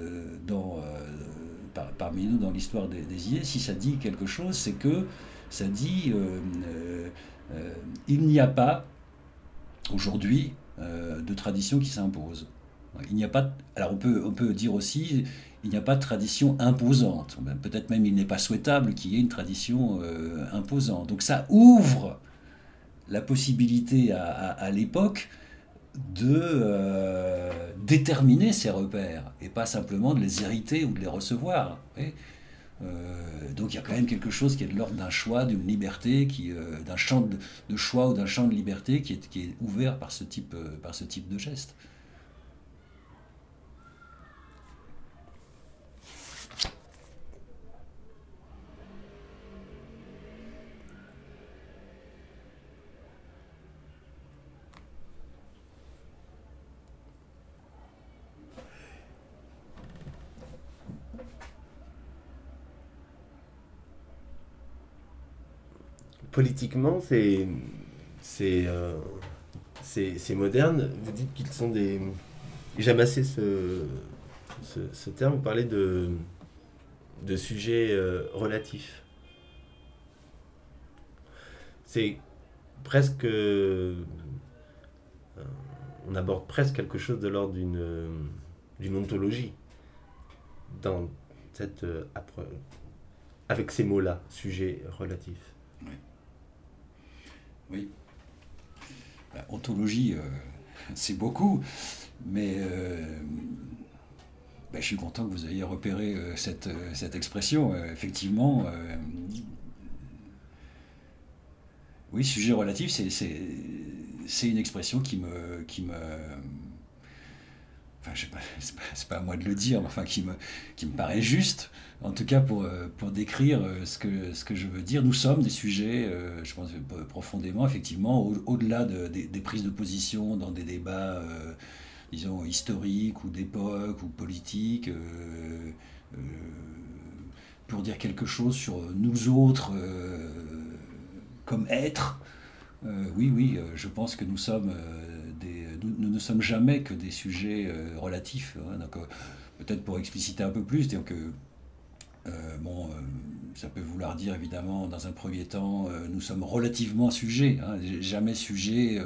parmi nous dans l'histoire des idées, si ça dit quelque chose, c'est que ça dit il n'y a pas aujourd'hui de tradition qui s'impose. Il n'y a pas. Alors on peut dire aussi, il n'y a pas de tradition imposante. Peut-être même il n'est pas souhaitable qu'il y ait une tradition imposante. Donc ça ouvre la possibilité à l'époque de déterminer ces repères et pas simplement de les hériter ou de les recevoir. Donc il y a quand même quelque chose qui est de l'ordre d'un choix, d'une liberté, d'un champ de choix ou d'un champ de liberté qui est ouvert par ce type de geste. Politiquement, c'est moderne. Vous dites qu'ils sont des... J'aime assez ce terme. Vous parlez de sujets relatifs. C'est presque... on aborde presque quelque chose de l'ordre d'une ontologie dans cette avec ces mots-là, sujet relatif. Oui. Ontologie, c'est beaucoup, mais je suis content que vous ayez repéré cette expression. Effectivement, oui, sujet relatif, c'est une expression qui me enfin, je sais pas, c'est pas à moi de le dire, mais enfin, qui me paraît juste, en tout cas pour décrire ce que je veux dire. Nous sommes des sujets, je pense profondément, effectivement, au-delà des prises de position dans des débats, disons, historiques ou d'époque ou politiques, pour dire quelque chose sur nous autres comme êtres. Oui, je pense que nous sommes nous ne sommes jamais que des sujets relatifs. Hein, donc, peut-être pour expliciter un peu plus, c'est-à-dire que ça peut vouloir dire évidemment dans un premier temps, nous sommes relativement sujets, hein, jamais sujet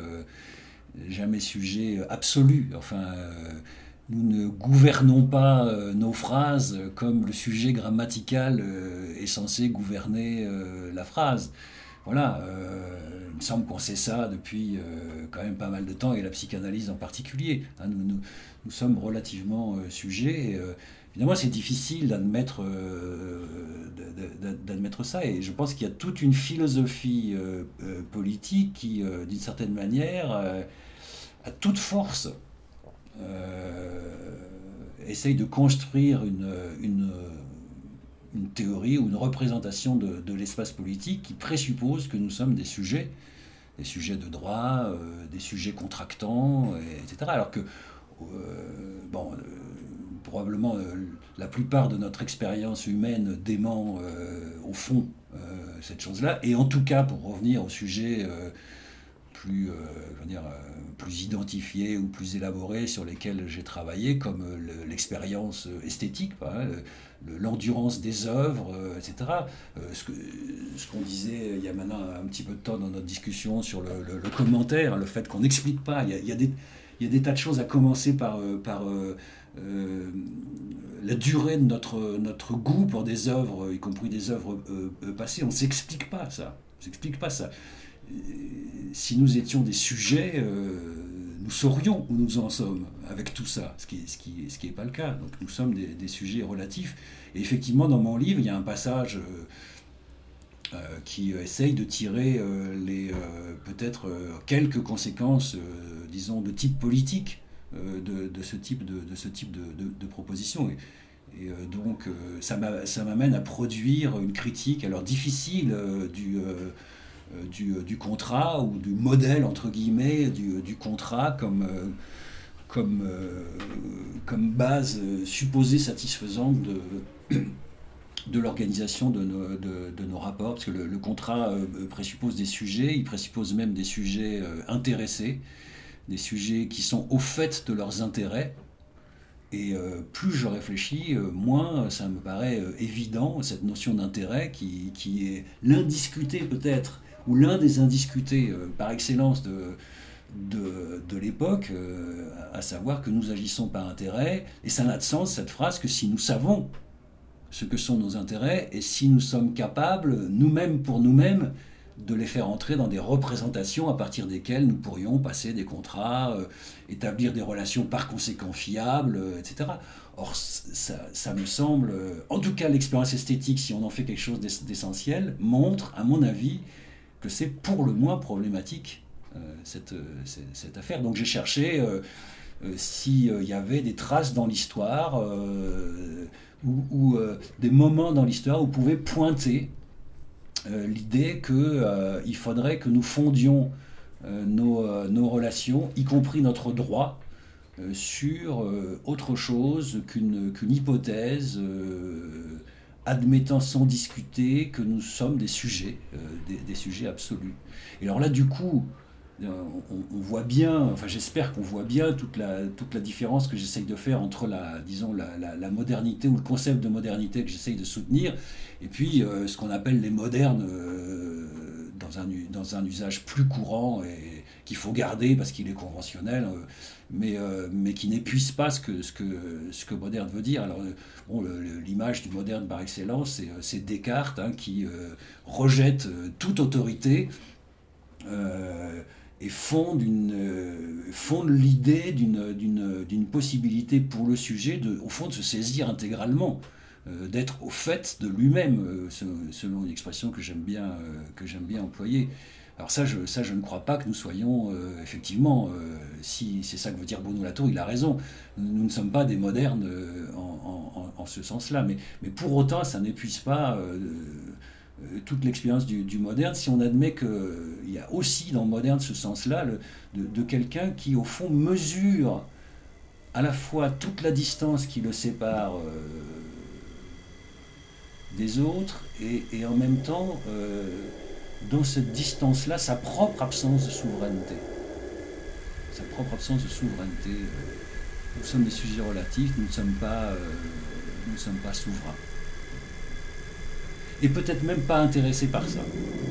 absolu. Enfin, nous ne gouvernons pas nos phrases comme le sujet grammatical est censé gouverner la phrase. Voilà, il me semble qu'on sait ça depuis quand même pas mal de temps, et la psychanalyse en particulier. Hein, nous sommes relativement sujets. Évidemment, c'est difficile d'admettre ça, et je pense qu'il y a toute une philosophie politique qui, d'une certaine manière, à toute force, essaye de construire une théorie ou une représentation de l'espace politique qui présuppose que nous sommes des sujets de droit, des sujets contractants, etc. Alors que, probablement, la plupart de notre expérience humaine dément au fond cette chose-là. Et en tout cas, pour revenir au sujet plus identifiés ou plus élaborés sur lesquels j'ai travaillé, comme l'expérience esthétique, l'endurance des œuvres, etc. Ce qu'on disait il y a maintenant un petit peu de temps dans notre discussion sur le commentaire, le fait qu'on n'explique pas. Il y a des tas de choses, à commencer par la durée de notre goût pour des œuvres, y compris des œuvres passées. On ne s'explique pas ça. Si nous étions des sujets, nous saurions où nous en sommes avec tout ça, ce qui est pas le cas. Donc nous sommes des sujets relatifs. Et effectivement, dans mon livre, il y a un passage qui essaye de tirer peut-être quelques conséquences, disons, de type politique de ce type de proposition. Et donc ça m'amène à produire une critique alors difficile du contrat, ou du modèle entre guillemets du contrat comme base supposée satisfaisante de l'organisation de nos rapports, parce que le contrat présuppose des sujets, il présuppose même des sujets intéressés, des sujets qui sont au fait de leurs intérêts. Et plus je réfléchis, moins ça me paraît évident, cette notion d'intérêt qui est l'indiscuté peut-être, ou l'un des indiscutés par excellence de l'époque, à savoir que nous agissons par intérêt. Et ça n'a de sens, cette phrase, que si nous savons ce que sont nos intérêts, et si nous sommes capables, nous-mêmes pour nous-mêmes, de les faire entrer dans des représentations à partir desquelles nous pourrions passer des contrats, établir des relations par conséquent fiables, etc. Or, ça me semble, en tout cas l'expérience esthétique, si on en fait quelque chose d'essentiel, montre, à mon avis, que c'est pour le moins problématique, cette affaire. Donc j'ai cherché s'il y avait des traces dans l'histoire, ou des moments dans l'histoire où on pouvait pointer l'idée qu'il faudrait que nous fondions nos relations, y compris notre droit, sur autre chose qu'une hypothèse admettant sans discuter que nous sommes des sujets, des sujets absolus. Et alors là, du coup, on voit bien, enfin j'espère qu'on voit bien toute la différence que j'essaye de faire entre la modernité, ou le concept de modernité que j'essaye de soutenir, et puis ce qu'on appelle les modernes dans un usage plus courant, et qu'il faut garder parce qu'il est conventionnel, mais qui n'épuise pas ce que moderne veut dire. Alors l'image du moderne par excellence, c'est Descartes, hein, qui rejette toute autorité, et fonde l'idée d'une possibilité pour le sujet au fond de se saisir intégralement, d'être au fait de lui-même, selon une expression que j'aime bien employer. Alors ça, je ne crois pas que nous soyons, effectivement, si c'est ça que veut dire Bruno Latour, il a raison, nous ne sommes pas des modernes en ce sens-là, mais pour autant, ça n'épuise pas toute l'expérience du moderne, si on admet qu'il y a aussi dans le moderne ce sens-là, de quelqu'un qui, au fond, mesure à la fois toute la distance qui le sépare des autres, et en même temps, dans cette distance-là, sa propre absence de souveraineté. Sa propre absence de souveraineté. Nous sommes des sujets relatifs, nous ne sommes pas souverains. Et peut-être même pas intéressés par ça.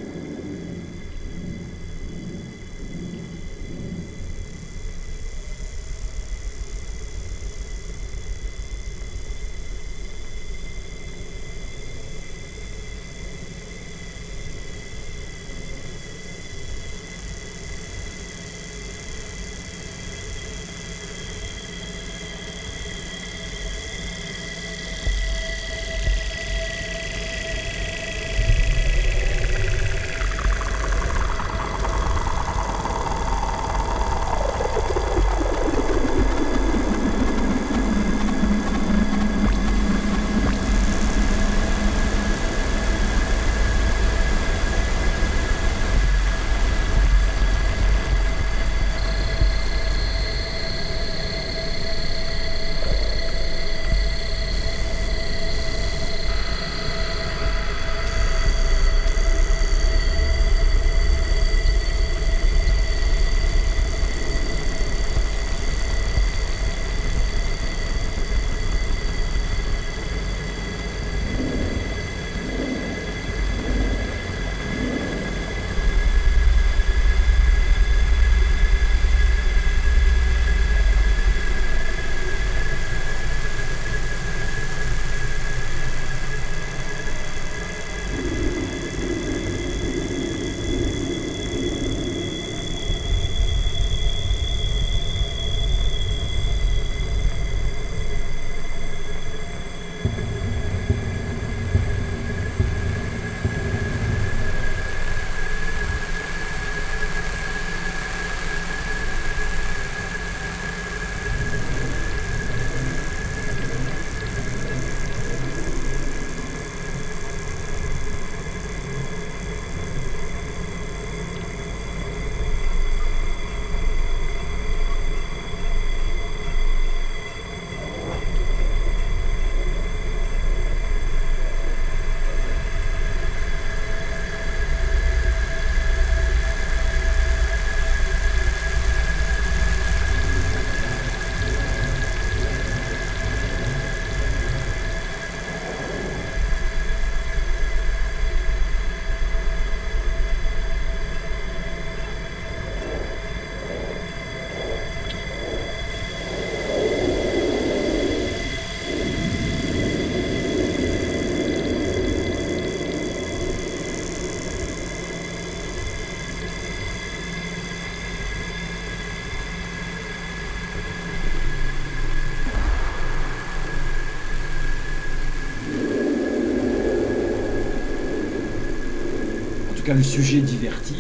Le sujet diverti,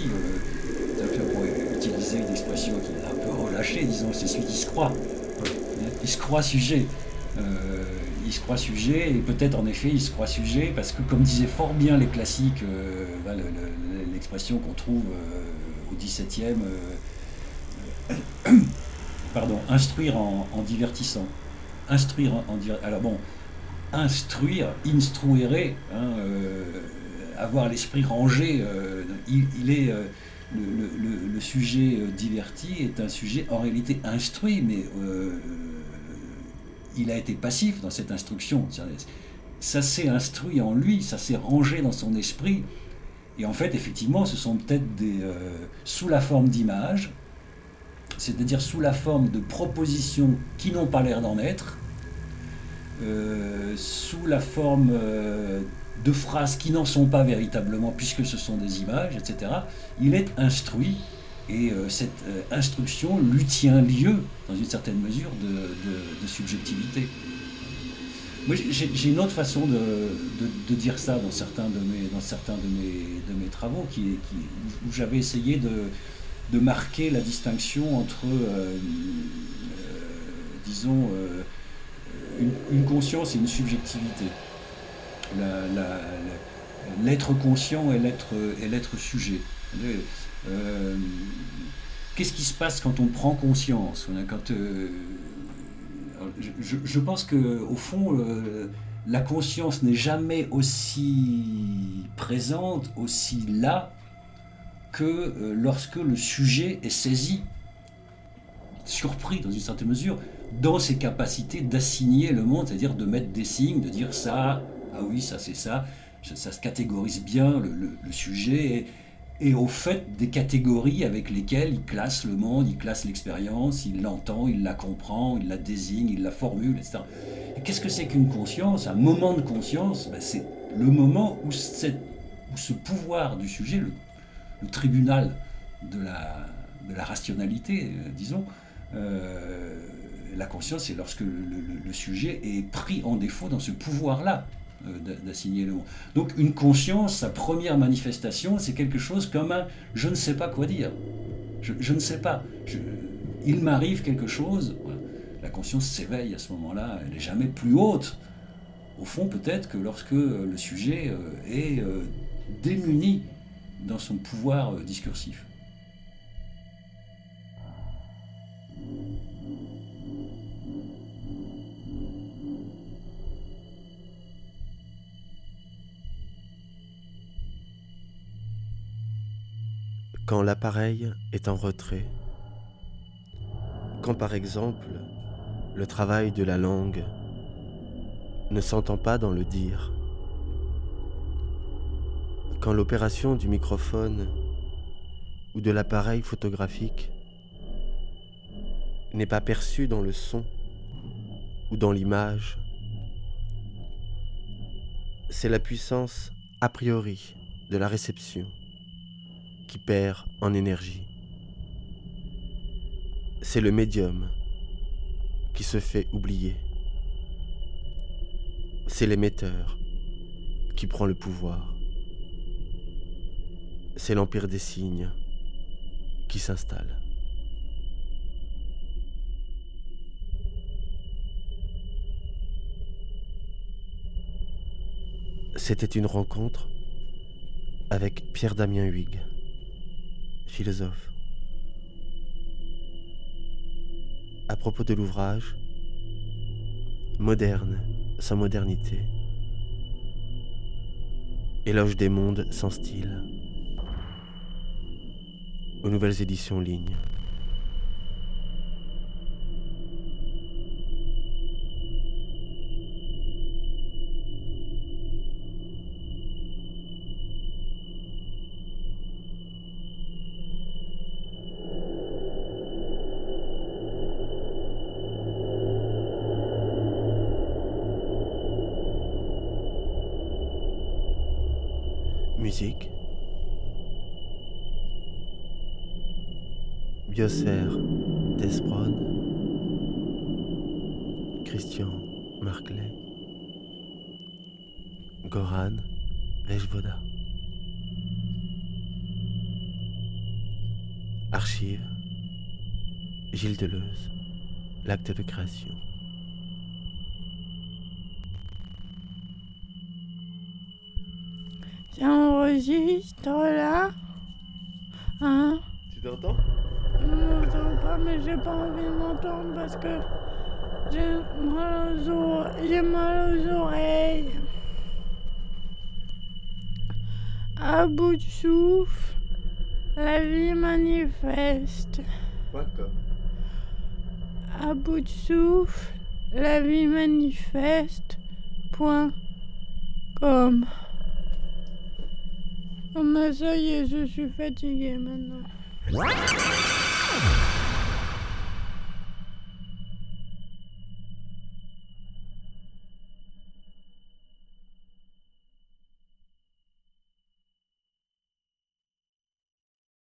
pour utiliser une expression qui est un peu relâchée, disons, c'est celui qui se croit. Il se croit sujet. Il se croit sujet, et peut-être en effet il se croit sujet, parce que comme disaient fort bien les classiques, l'expression qu'on trouve au XVIIe, instruire en divertissant. Instruire alors bon, instruire, instruere, avoir l'esprit rangé, il est le sujet diverti est un sujet en réalité instruit, mais il a été passif dans cette instruction. Ça s'est instruit en lui, ça s'est rangé dans son esprit, et en fait effectivement ce sont peut-être sous la forme d'images, c'est-à-dire sous la forme de propositions qui n'ont pas l'air d'en être, sous la forme de phrases qui n'en sont pas véritablement, puisque ce sont des images, etc. Il est instruit, Et cette instruction lui tient lieu, dans une certaine mesure, de subjectivité. Moi, j'ai une autre façon de dire ça dans certains de mes travaux, où j'avais essayé de marquer la distinction entre, disons, une conscience et une subjectivité. L'être conscient et l'être sujet. Qu'est-ce qui se passe quand on prend conscience? Je pense qu'au fond, la conscience n'est jamais aussi présente, aussi là, que lorsque le sujet est saisi, surpris dans une certaine mesure, dans ses capacités d'assigner le monde, c'est-à-dire de mettre des signes, de dire ça, ah oui, ça c'est ça se catégorise bien le sujet, et au fait des catégories avec lesquelles il classe le monde, il classe l'expérience, il l'entend, il la comprend, il la désigne, il la formule, etc. Et qu'est-ce que c'est qu'une conscience? Un moment de conscience, c'est le moment où ce pouvoir du sujet, le tribunal de la rationalité, disons, la conscience, c'est lorsque le sujet est pris en défaut dans ce pouvoir-là d'assigner le monde. Donc une conscience, sa première manifestation, c'est quelque chose comme un « je ne sais pas quoi dire ». Je ne sais pas. Il m'arrive quelque chose. Voilà. La conscience s'éveille à ce moment-là, elle n'est jamais plus haute. Au fond, peut-être que lorsque le sujet est démuni dans son pouvoir discursif. Quand l'appareil est en retrait, quand par exemple le travail de la langue ne s'entend pas dans le dire, quand l'opération du microphone ou de l'appareil photographique n'est pas perçue dans le son ou dans l'image, c'est la puissance a priori de la réception qui perd en énergie. C'est le médium qui se fait oublier. C'est l'émetteur qui prend le pouvoir. C'est l'empire des signes qui s'installe. C'était une rencontre avec Pierre-Damien Huyghe, philosophe. À propos de l'ouvrage Moderne sans modernité, éloge des mondes sans style, aux nouvelles éditions Ligne. Musique, Biosphère d'Esprod, Christian Marclay, Goran Vejvoda. Archives, Gilles Deleuze, L'acte de création. J'enregistre là. Hein? Tu t'entends? Je m'entends pas, mais j'ai pas envie de m'entendre parce que j'ai mal aux oreilles. À bout de souffle, la vie manifeste. Quoi comme? À bout de souffle, la vie manifeste.com. Oh mais ça y est, je suis fatiguée maintenant.